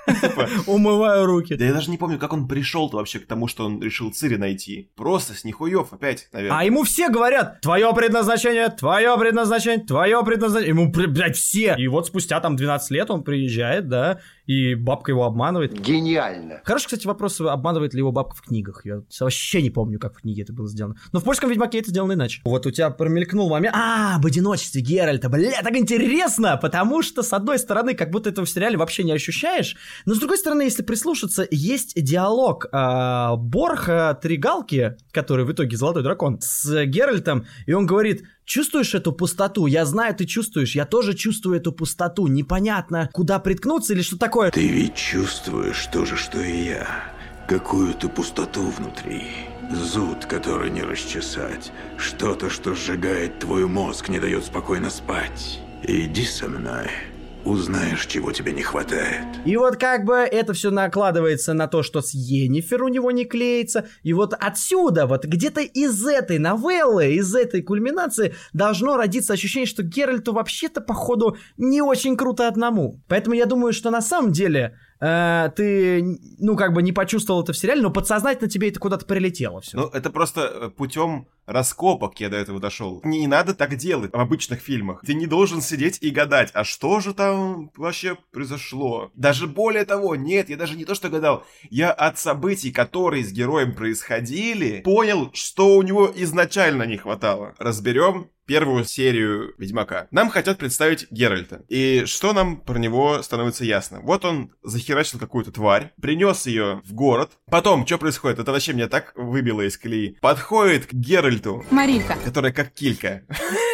Speaker 2: Умываю руки.
Speaker 1: Да я даже не помню, как он пришел-то вообще к тому, что он решил Цири найти. Просто с нихуев опять, наверное.
Speaker 2: А ему все говорят: твое предназначение, твое предназначение, твое предназначение. Ему, блядь, все. И вот спустя там 12 лет он приезжает, да, и бабка его обманывает.
Speaker 6: Гениально.
Speaker 2: Хороший, кстати, вопрос, обманывает ли его бабка в книгах. Я вообще не помню, как в книге это было сделано. Но в польском Ведьмаке это сделано иначе. Вот у тебя промелькнул момент. Об одиночестве Геральта. Бля, так интересно, потому что, с одной стороны, как будто этого в сериале вообще не ощущаешь, но с другой стороны, если прислушаться, есть диалог Борха Тригалки, который в итоге Золотой Дракон, с Геральтом, и он говорит: чувствуешь эту пустоту? Я знаю, ты чувствуешь. Я тоже чувствую эту пустоту. Непонятно, куда приткнуться или что такое.
Speaker 4: Ты ведь чувствуешь то же, что и я. Какую-то пустоту внутри. Зуд, который не расчесать. Что-то, что сжигает твой мозг, не дает спокойно спать. Иди со мной. Узнаешь, чего тебе не хватает.
Speaker 2: И вот как бы это все накладывается на то, что с Йеннифер у него не клеится. И вот отсюда, вот где-то из этой новеллы, из этой кульминации должно родиться ощущение, что Геральту вообще-то, походу, не очень круто одному. Поэтому я думаю, что на самом деле ты, ну, как бы не почувствовал это в сериале, но подсознательно тебе это куда-то прилетело все.
Speaker 1: Ну, это просто путем раскопок я до этого дошел. Не надо так делать в обычных фильмах. Ты не должен сидеть и гадать, а что же там вообще произошло. Даже более того, нет, я даже не то что гадал, я от событий, которые с героем происходили, понял, что у него изначально не хватало. Разберем первую серию Ведьмака. Нам хотят представить Геральта. И что нам про него становится ясно? Вот он захерачил какую-то тварь, принес ее в город. Потом, что происходит? Это вообще меня так выбило из колеи. Подходит к Геральту,
Speaker 23: Марилька,
Speaker 1: которая как килька.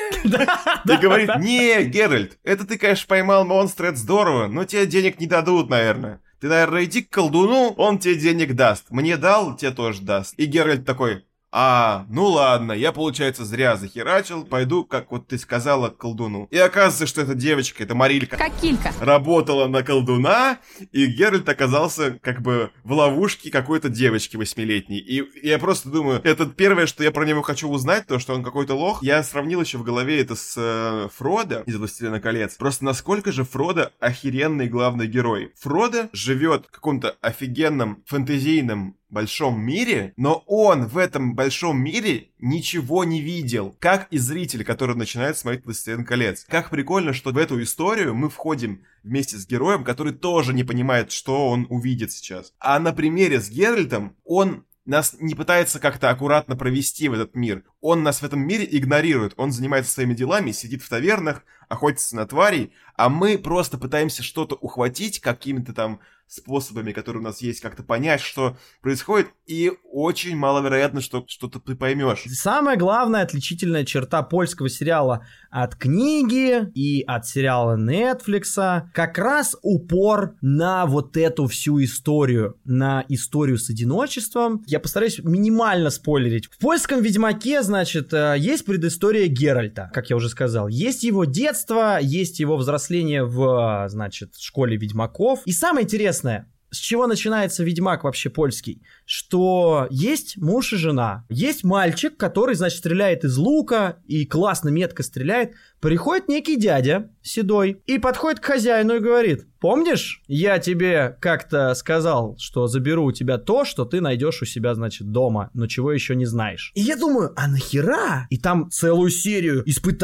Speaker 1: И говорит: не, Геральт, это ты, конечно, поймал монстра, это здорово, но тебе денег не дадут, наверное. Ты, наверное, иди к колдуну, он тебе денег даст. Мне дал, тебе тоже даст. И Геральт такой: ну ладно, я, получается, зря захерачил, пойду, как вот ты сказала, к колдуну. И оказывается, что эта девочка, эта Марилька,
Speaker 23: как килька,
Speaker 1: работала на колдуна, и Геральт оказался как бы в ловушке какой-то девочки 8-летней. И я просто думаю, это первое, что я про него хочу узнать, то, что он какой-то лох. Я сравнил еще в голове это с Фродо из «Властелина колец». Просто насколько же Фродо охеренный главный герой. Фродо живет в каком-то офигенном фэнтезийном большом мире, но он в этом большом мире ничего не видел. Как и зритель, который начинает смотреть «Властелин колец». Как прикольно, что в эту историю мы входим вместе с героем, который тоже не понимает, что он увидит сейчас. А на примере с Геральтом он нас не пытается как-то аккуратно провести в этот мир. Он нас в этом мире игнорирует. Он занимается своими делами, сидит в тавернах, охотится на тварей, а мы просто пытаемся что-то ухватить какими-то там способами, которые у нас есть, как-то понять, что происходит, и очень маловероятно, что что-то ты поймешь.
Speaker 2: Самая главная отличительная черта польского сериала от книги и от сериала Netflix как раз упор на вот эту всю историю, на историю с одиночеством. Я постараюсь минимально спойлерить. В польском Ведьмаке, значит, есть предыстория Геральта, как я уже сказал. Есть его детство, есть его взросление в, значит, школе ведьмаков. И самое интересное, с чего начинается Ведьмак вообще польский? Что есть муж и жена. Есть мальчик, который, значит, стреляет из лука и классно, метко стреляет. Приходит некий дядя седой и подходит к хозяину и говорит: помнишь, я тебе как-то сказал, что заберу у тебя то, что ты найдешь у себя, значит, дома, но чего еще не знаешь. И я думаю, а нахера? И там целую серию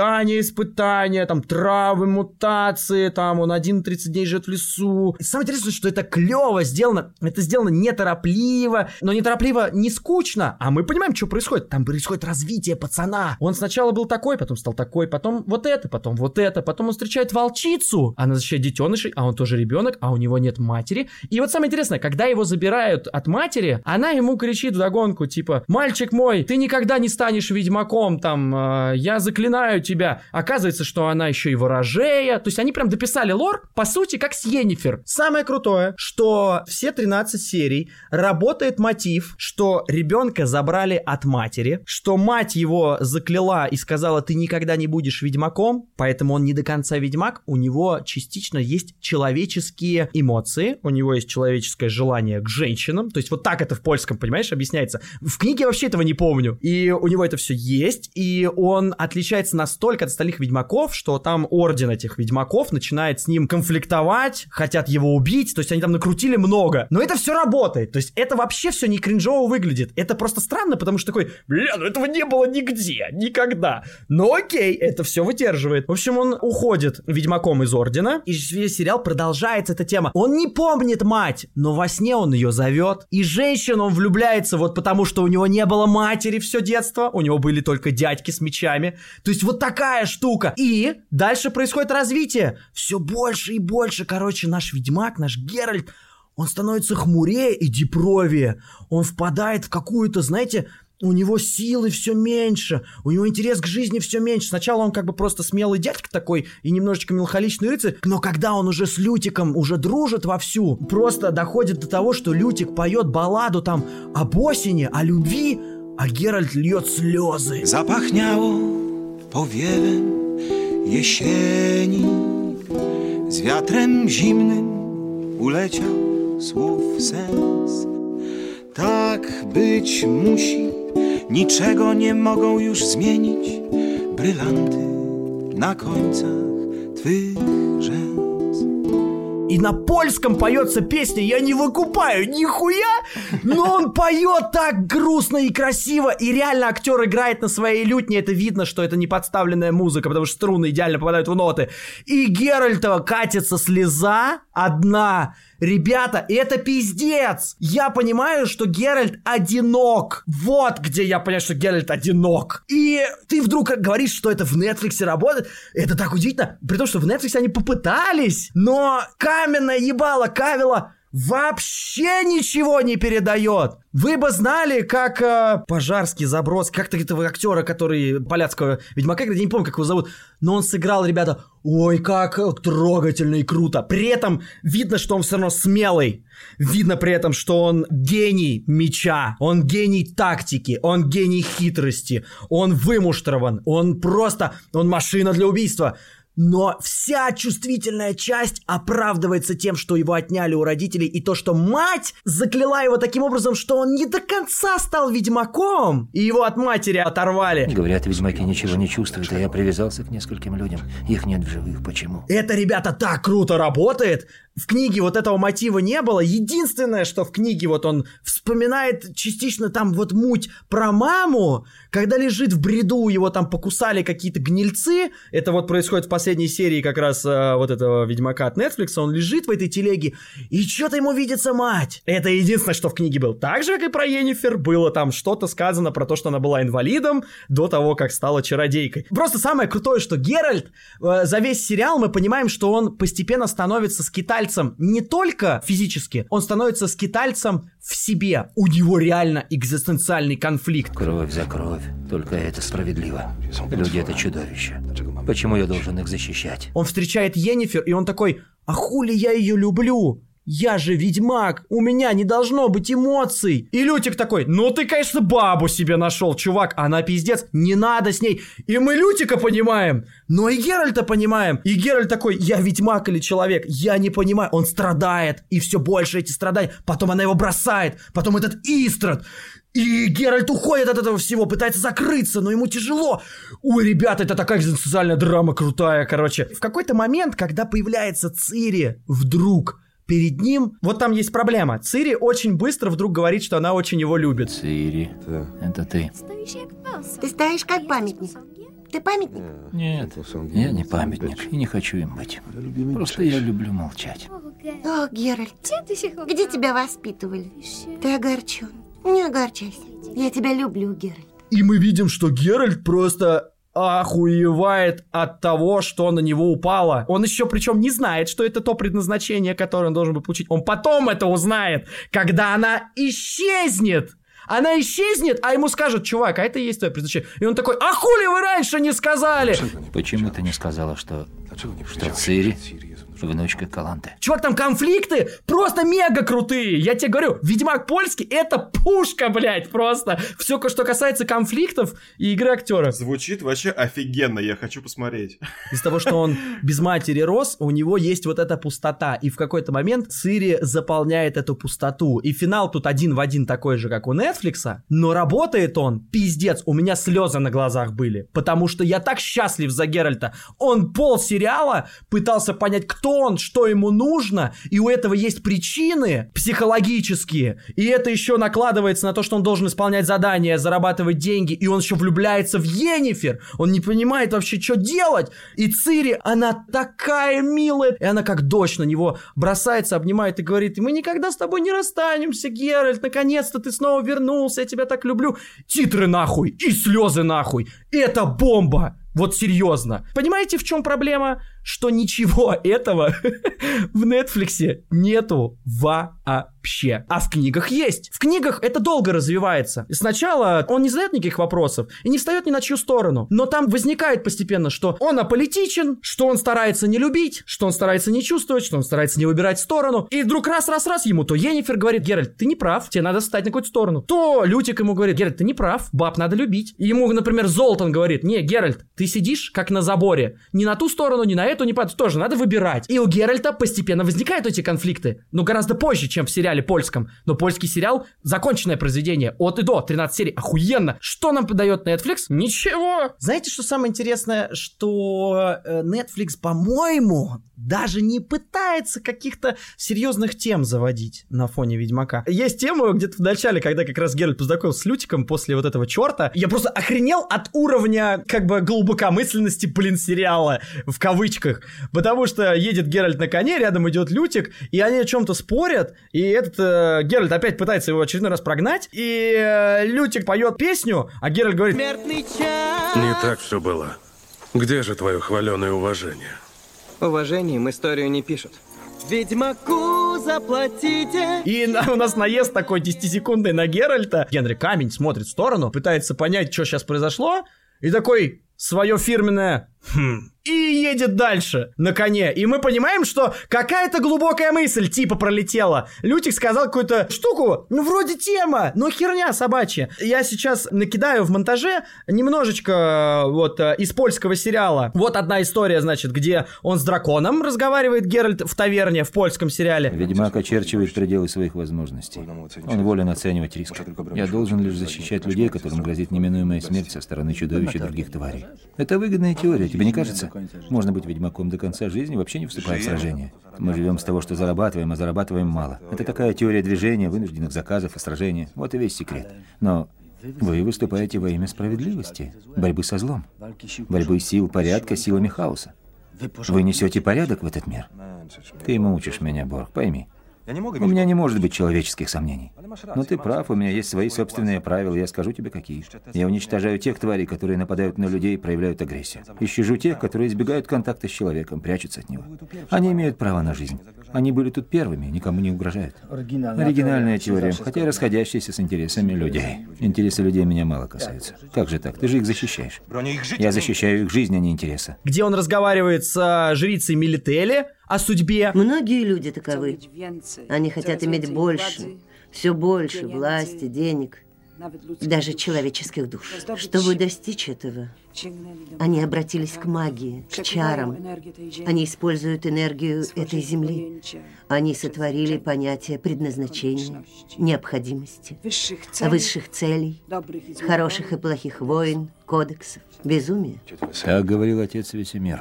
Speaker 2: испытания, там травы, мутации, там он 31 дней живет в лесу. И самое интересное, что это клево сделано. Это сделано неторопливо, но неторопливо не скучно. А мы понимаем, что происходит. Там происходит развитие пацана. Он сначала был такой, потом стал такой, потом вот это, потом вот это, потом он встречает волчицу, она защищает детенышей, а он тоже ребенок, а у него нет матери. И вот самое интересное, когда его забирают от матери, она ему кричит вдогонку, типа: мальчик мой, ты никогда не станешь ведьмаком, там, я заклинаю тебя. Оказывается, что она еще и ворожея. То есть они прям дописали лор, по сути, как с Йеннифер. Самое крутое, что все 13 серий работает мотив, что ребенка забрали от матери, что мать его закляла и сказала: ты никогда не будешь ведьмаком, поэтому он не до конца ведьмак, у него частично есть человеческие эмоции, у него есть человеческое желание к женщинам, то есть вот так это в польском, понимаешь, объясняется. В книге вообще этого не помню, и у него это все есть, и он отличается настолько от остальных ведьмаков, что там орден этих ведьмаков начинает с ним конфликтовать, хотят его убить, то есть они там накрутили много, но это все работает, то есть это вообще все не кринжово выглядит, это просто странно, потому что такой: бля, ну этого не было нигде, никогда, но окей, это все выдерживает. В общем, он уходит ведьмаком из ордена, и весь сериал продолжается эта тема. Он не помнит мать, но во сне он ее зовет, и женщину он влюбляется вот потому, что у него не было матери все детство, у него были только дядьки с мечами. То есть вот такая штука. И дальше происходит развитие. Все больше и больше, короче, наш ведьмак, наш Геральт, он становится хмурее и депровее. Он впадает в какую-то, знаете, у него силы все меньше, у него интерес к жизни все меньше. Сначала он как бы просто смелый дядька такой и немножечко меланхоличный рыцарь, но когда он уже с Лютиком уже дружит вовсю, просто доходит до того, что Лютик поет балладу там об осени, о любви, а Геральт льет слезы.
Speaker 9: Zapachniało powiewem jesieni, z wiatrem zimnym uleciał słów sens. Tak być musi, niczego nie mogą już zmienić brylanty na końcach twych rzęs.
Speaker 2: И на польском поется песня, я не выкупаю нихуя, но он поет так грустно и красиво, и реально актер играет на своей лютне, это видно, что это не подставленная музыка, потому что струны идеально попадают в ноты. И Геральта катится слеза одна. Ребята, это пиздец! Я понимаю, что Геральт одинок. Вот где я понимаю, что Геральт одинок. И ты вдруг говоришь, что это в Netflix работает. Это так удивительно. При том, что в Netflix они попытались, но каменное ебало Кавила вообще ничего не передает. Вы бы знали, как Пожарский, Забродский, как-то этого актера, который поляцкого ведьмака, я не помню, как его зовут, но он сыграл, ребята, ой, как трогательно и круто. При этом видно, что он все равно смелый. Видно при этом, что он гений меча, он гений тактики, он гений хитрости, он вымуштрован, он машина для убийства. Но вся чувствительная часть оправдывается тем, что его отняли у родителей, и то, что мать закляла его таким образом, что он не до конца стал ведьмаком, и его от матери оторвали.
Speaker 7: Говорят, ведьмаки ничего не чувствуют, а я привязался к нескольким людям. Их нет в живых. Почему?
Speaker 2: Это, ребята, так круто работает. В книге вот этого мотива не было. Единственное, что в книге вот он вспоминает частично там вот муть про маму, когда лежит в бреду, его там покусали какие-то гнильцы. Это вот происходит в последней серии как раз вот этого Ведьмака от Netflix. Он лежит в этой телеге, и что-то ему видится мать. Это единственное, что в книге было. Так же, как и про Йеннифер, было там что-то сказано про то, что она была инвалидом до того, как стала чародейкой. Просто самое крутое, что Геральт за весь сериал мы понимаем, что он постепенно становится скитальцем не только физически, он становится скитальцем в себе. У него реально экзистенциальный конфликт.
Speaker 7: Кровь за кровь. Только это справедливо. Люди — это чудовище. Почему я должен их защищать?
Speaker 2: Он встречает Йеннифер, и он такой: а хули я ее люблю? Я же ведьмак, у меня не должно быть эмоций. И Лютик такой: ну ты, конечно, бабу себе нашел, чувак, она пиздец, не надо с ней. И мы Лютика понимаем, но и Геральта понимаем. И Геральт такой: я ведьмак или человек, я не понимаю. Он страдает, и все больше эти страдания. Потом она его бросает, потом этот Истрад. И Геральт уходит от этого всего, пытается закрыться, но ему тяжело. Ой, ребята, это такая экзистенциальная драма крутая, короче. В какой-то момент, когда появляется Цири, вдруг перед ним, вот там есть проблема. Цири очень быстро вдруг говорит, что она очень его любит.
Speaker 7: Цири, это ты.
Speaker 3: Ты стоишь как памятник. Ты памятник?
Speaker 7: Нет, я не памятник и не хочу им быть. Просто я люблю молчать.
Speaker 3: О, Геральт, где тебя воспитывали? Ты огорчен. Не огорчайся. Я тебя люблю, Геральт.
Speaker 2: И мы видим, что Геральт просто охуевает от того, что на него упало. Он еще причем не знает, что это то предназначение, которое он должен был получить. Он потом это узнает, когда она исчезнет. Она исчезнет, а ему скажут: чувак, а это и есть твое предназначение. И он такой: а хули вы раньше не сказали?
Speaker 7: Почему ты не сказала, что Цири внучка Каланте?
Speaker 2: Чувак, там конфликты просто мега крутые. Я тебе говорю, Ведьмак польский — это пушка, блядь, просто. Все, что касается конфликтов и игры актера.
Speaker 1: Звучит вообще офигенно, я хочу посмотреть.
Speaker 2: Из-за того, что он без матери рос, у него есть вот эта пустота. И в какой-то момент Цири заполняет эту пустоту. И финал тут один в один такой же, как у Netflix, но работает он пиздец. У меня слезы на глазах были, потому что я так счастлив за Геральта. Он полсериала пытался понять, кто он, что ему нужно, и у этого есть причины психологические, и это еще накладывается на то, что он должен исполнять задания, зарабатывать деньги, и он еще влюбляется в Йеннифер, он не понимает вообще, что делать, и Цири, она такая милая, и она как дочь на него бросается, обнимает и говорит: мы никогда с тобой не расстанемся, Геральт, наконец-то ты снова вернулся, я тебя так люблю. Титры нахуй, и слезы нахуй, это бомба. Вот серьезно. Понимаете, в чем проблема? Что ничего этого в Netflix нету вообще. А в книгах есть. В книгах это долго развивается. И сначала он не задает никаких вопросов и не встает ни на чью сторону. Но там возникает постепенно, что он аполитичен, что он старается не любить, что он старается не чувствовать, что он старается не выбирать сторону. И вдруг раз ему то Йеннифер говорит: Геральт, ты не прав, тебе надо встать на какую-то сторону. То Лютик ему говорит: Геральт, ты не прав, баб надо любить. И ему, например, Золтан говорит: не, Геральт, ты сидишь как на заборе. Ни на ту сторону, ни на эту, ни по эту. Тоже надо выбирать. И у Геральта постепенно возникают эти конфликты. Но гораздо позже, чем в сериале польском. Но польский сериал — законченное произведение. От и до, 13 серий. Охуенно. Что нам подает Netflix? Ничего. Знаете, что самое интересное? Что Netflix, по-моему, даже не пытается каких-то серьезных тем заводить на фоне Ведьмака. Есть тема где-то в начале, когда как раз Геральт познакомился с Лютиком после вот этого черта. Я просто охренел от уровня, как бы, глубокомысленности, сериала, в кавычках. Потому что едет Геральт на коне, рядом идет Лютик, и они о чем-то спорят, и этот Геральт опять пытается его очередной раз прогнать, и Лютик поет песню, а Геральт говорит:
Speaker 13: не так все было. Где же твое хваленое уважение?
Speaker 11: Уважением историю не пишут. Ведьмаку заплатите.
Speaker 2: И у нас наезд такой 10-секундный на Геральта. Генри Камень смотрит в сторону, пытается понять, что сейчас произошло, и такой свое фирменное и едет дальше на коне. И мы понимаем, что какая-то глубокая мысль типа пролетела. Лютик сказал какую-то штуку, ну вроде тема, но херня собачья. Я сейчас накидаю в монтаже немножечко вот из польского сериала. Вот одна история, значит, где он с драконом разговаривает, Геральт, в таверне в польском сериале.
Speaker 7: Ведьмак очерчивает пределы своих возможностей. Он волен оценивать риски. Я должен лишь защищать людей, которым грозит неминуемая смерть со стороны чудовищ и других тварей. Это выгодная теория, Тебе не кажется? Можно быть ведьмаком до конца жизни, вообще не вступая в сражение. Мы живем с того, что зарабатываем, а зарабатываем мало. Это такая теория движения, вынужденных заказов и сражения. Вот и весь секрет. Но вы выступаете во имя справедливости, борьбы со злом, борьбы сил порядка силами хаоса. Вы несете порядок в этот мир. Ты мучишь меня, Борг, пойми. У меня не может быть человеческих сомнений. Но ты прав, у меня есть свои собственные правила, я скажу тебе какие. Я уничтожаю тех тварей, которые нападают на людей и проявляют агрессию. И щажу тех, которые избегают контакта с человеком, прячутся от него. Они имеют право на жизнь. Они были тут первыми, никому не угрожают. Оригинальная теория, хотя и расходящаяся с интересами людей. Интересы людей меня мало касаются. Как же так? Ты же их защищаешь. Я защищаю их жизнь, а не интересы.
Speaker 2: Где он разговаривает с жрицей Мелители о судьбе.
Speaker 10: Многие люди таковы. Они хотят иметь больше, все больше власти, денег, даже человеческих душ. Чтобы достичь этого, они обратились к магии, к чарам. Они используют энергию этой земли. Они сотворили понятие предназначения, необходимости, высших целей, хороших и плохих войн, кодексов, безумия.
Speaker 7: Так говорил Отец Весемир.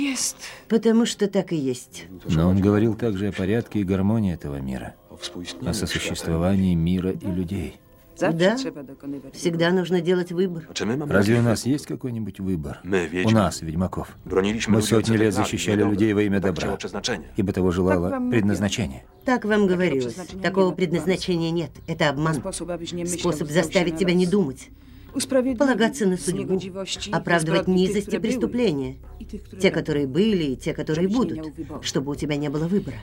Speaker 10: Потому что так и есть.
Speaker 7: Но он говорил также о порядке и гармонии этого мира, о сосуществовании мира и людей.
Speaker 10: Да, всегда нужно делать выбор.
Speaker 7: Разве у нас есть какой-нибудь выбор? У нас, ведьмаков. Мы сотни лет защищали людей во имя добра, ибо того желало предназначение.
Speaker 10: Так вам говорилось. Такого предназначения нет. Это обман. Способ заставить тебя не думать. Полагаться на судьбу, оправдывать низость и преступления. Те, которые были, и те, которые будут, чтобы у тебя не было выбора.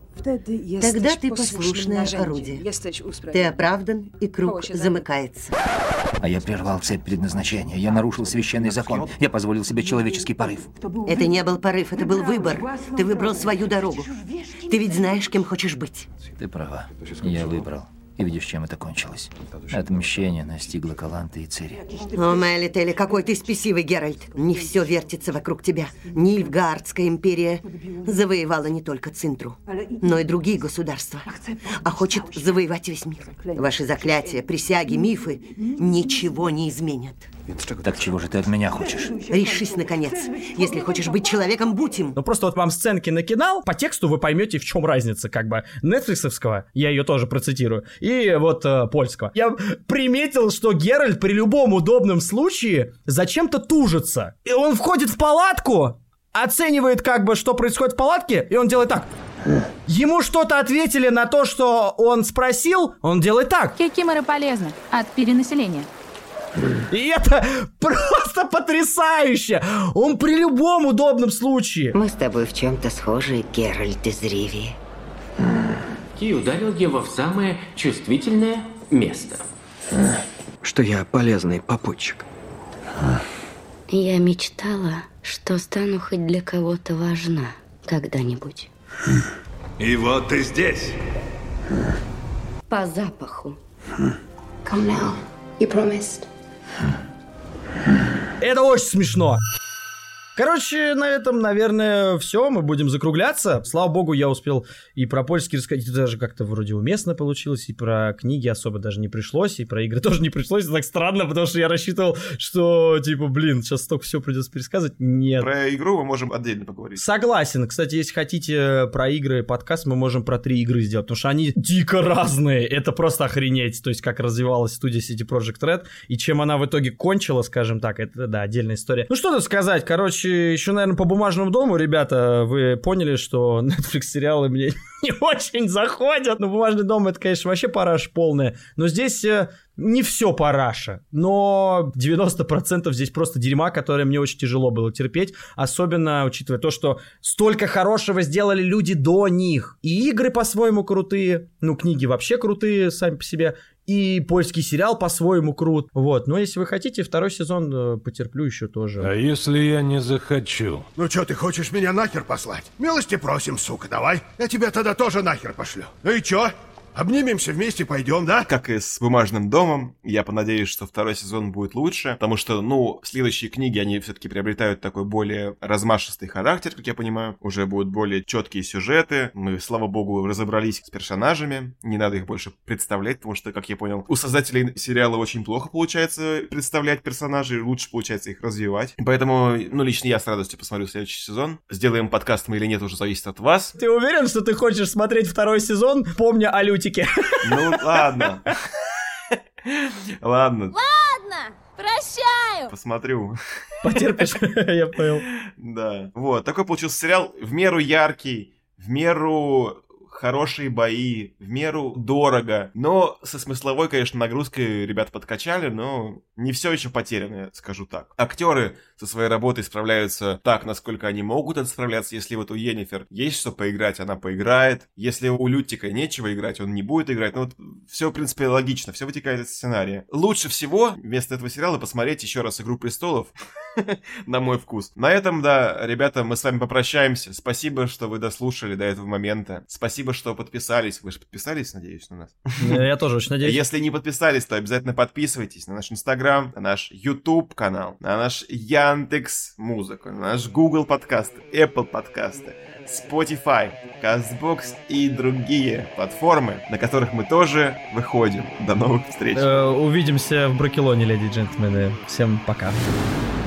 Speaker 10: Тогда ты послушное орудие. Ты оправдан, и круг замыкается.
Speaker 7: А я прервал цепь предназначения. Я нарушил священный закон. Я позволил себе человеческий порыв.
Speaker 10: Это не был порыв, это был выбор. Ты выбрал свою дорогу. Ты ведь знаешь, кем хочешь быть.
Speaker 7: Ты права. Я выбрал. И видишь, чем это кончилось. Отмщение настигло Каланта и Цири.
Speaker 10: О, Мелители, какой ты спесивый, Геральт. Не все вертится вокруг тебя. Нильфгаардская империя завоевала не только Цинтру, но и другие государства. А хочет завоевать весь мир. Ваши заклятия, присяги, мифы ничего не изменят.
Speaker 7: Так чего же ты от меня хочешь?
Speaker 10: Решись, наконец. Если хочешь быть человеком, будь им.
Speaker 2: Ну просто вот вам сценки накидал, по тексту вы поймете, в чем разница, как бы, нетфликсовского, я ее тоже процитирую, и вот польского. Я приметил, что Геральт при любом удобном случае зачем-то тужится. И он входит в палатку, оценивает, как бы, что происходит в палатке, и он делает так. Ему что-то ответили на то, что он спросил, он делает так.
Speaker 12: Кикиморы полезны от перенаселения.
Speaker 2: И это просто потрясающе! Он при любом удобном случае.
Speaker 10: Мы с тобой в чем-то схожи, Геральт из Ривии.
Speaker 14: И ударил его в самое чувствительное место.
Speaker 11: Что я полезный попутчик.
Speaker 16: Я мечтала, что стану хоть для кого-то важна когда-нибудь.
Speaker 17: И вот ты здесь.
Speaker 16: По запаху.
Speaker 12: Come now. You promised.
Speaker 2: Это очень смешно. Короче, на этом, наверное, все. Мы будем закругляться. Слава богу, я успел и про польский рассказать. Это даже как-то вроде уместно получилось. И про книги особо даже не пришлось. И про игры тоже не пришлось. Это так странно, потому что я рассчитывал, что, типа, блин, сейчас столько всего придется пересказывать. Нет.
Speaker 1: Про игру мы можем отдельно поговорить.
Speaker 2: Согласен. Кстати, если хотите про игры подкаст, мы можем про 3 игры сделать. Потому что они дико разные. Это просто охренеть. То есть, как развивалась студия CD Projekt Red. И чем она в итоге кончила, скажем так. Это, да, отдельная история. Ну, что тут сказать. Короче, еще, наверное, по «Бумажному дому», ребята, вы поняли, что Netflix-сериалы мне не очень заходят. Но «Бумажный дом» — это, конечно, вообще параша полная. Но здесь не все параша. Но 90% здесь просто дерьма, которое мне очень тяжело было терпеть. Особенно учитывая то, что столько хорошего сделали люди до них. И игры по-своему крутые. Ну, книги вообще крутые сами по себе. И польский сериал по-своему крут. Вот. Но если вы хотите, 2-й сезон потерплю еще тоже.
Speaker 5: А если я не захочу?
Speaker 21: Ну что, ты хочешь меня нахер послать? Милости просим, сука, давай. Я тебя тогда тоже нахер пошлю. Ну и чё? Обнимемся вместе, пойдем, да?
Speaker 1: Как и с «Бумажным домом», я понадеюсь, что второй сезон будет лучше, потому что, следующие книги, они все-таки приобретают такой более размашистый характер, как я понимаю, уже будут более четкие сюжеты, мы, слава богу, разобрались с персонажами, не надо их больше представлять, потому что, как я понял, у создателей сериала очень плохо получается представлять персонажей, лучше получается их развивать, поэтому, лично я с радостью посмотрю следующий сезон, сделаем подкаст мы или нет, уже зависит от вас.
Speaker 2: Ты уверен, что ты хочешь смотреть второй сезон, помня о Лютике?
Speaker 1: Ладно. Ладно.
Speaker 23: Ладно, прощаю.
Speaker 1: Посмотрю.
Speaker 2: Потерпишь, я понял.
Speaker 1: Да. Вот, такой получился сериал в меру яркий, в меру хорошие бои, в меру дорого, но со смысловой, конечно, нагрузкой ребята подкачали, но не все еще потеряно, я скажу так. Актеры со своей работой справляются так, насколько они могут это справляться. Если вот у Йеннифер есть что поиграть, она поиграет. Если у Лютика нечего играть, он не будет играть. Все, в принципе, логично, все вытекает из сценария. Лучше всего вместо этого сериала посмотреть еще раз «Игру престолов», на мой вкус. На этом, да, ребята, мы с вами попрощаемся. Спасибо, что вы дослушали до этого момента. Спасибо, что подписались. Вы же подписались, надеюсь, на нас?
Speaker 2: Я тоже очень надеюсь.
Speaker 1: Если не подписались, то обязательно подписывайтесь на наш Инстаграм, на наш YouTube канал, на наш Яндекс.Музыку, на наш Google подкасты, Apple подкасты, Spotify, CastBox и другие платформы, на которых мы тоже выходим. До новых встреч.
Speaker 2: Увидимся в Бракелоне, леди и джентльмены. Всем пока.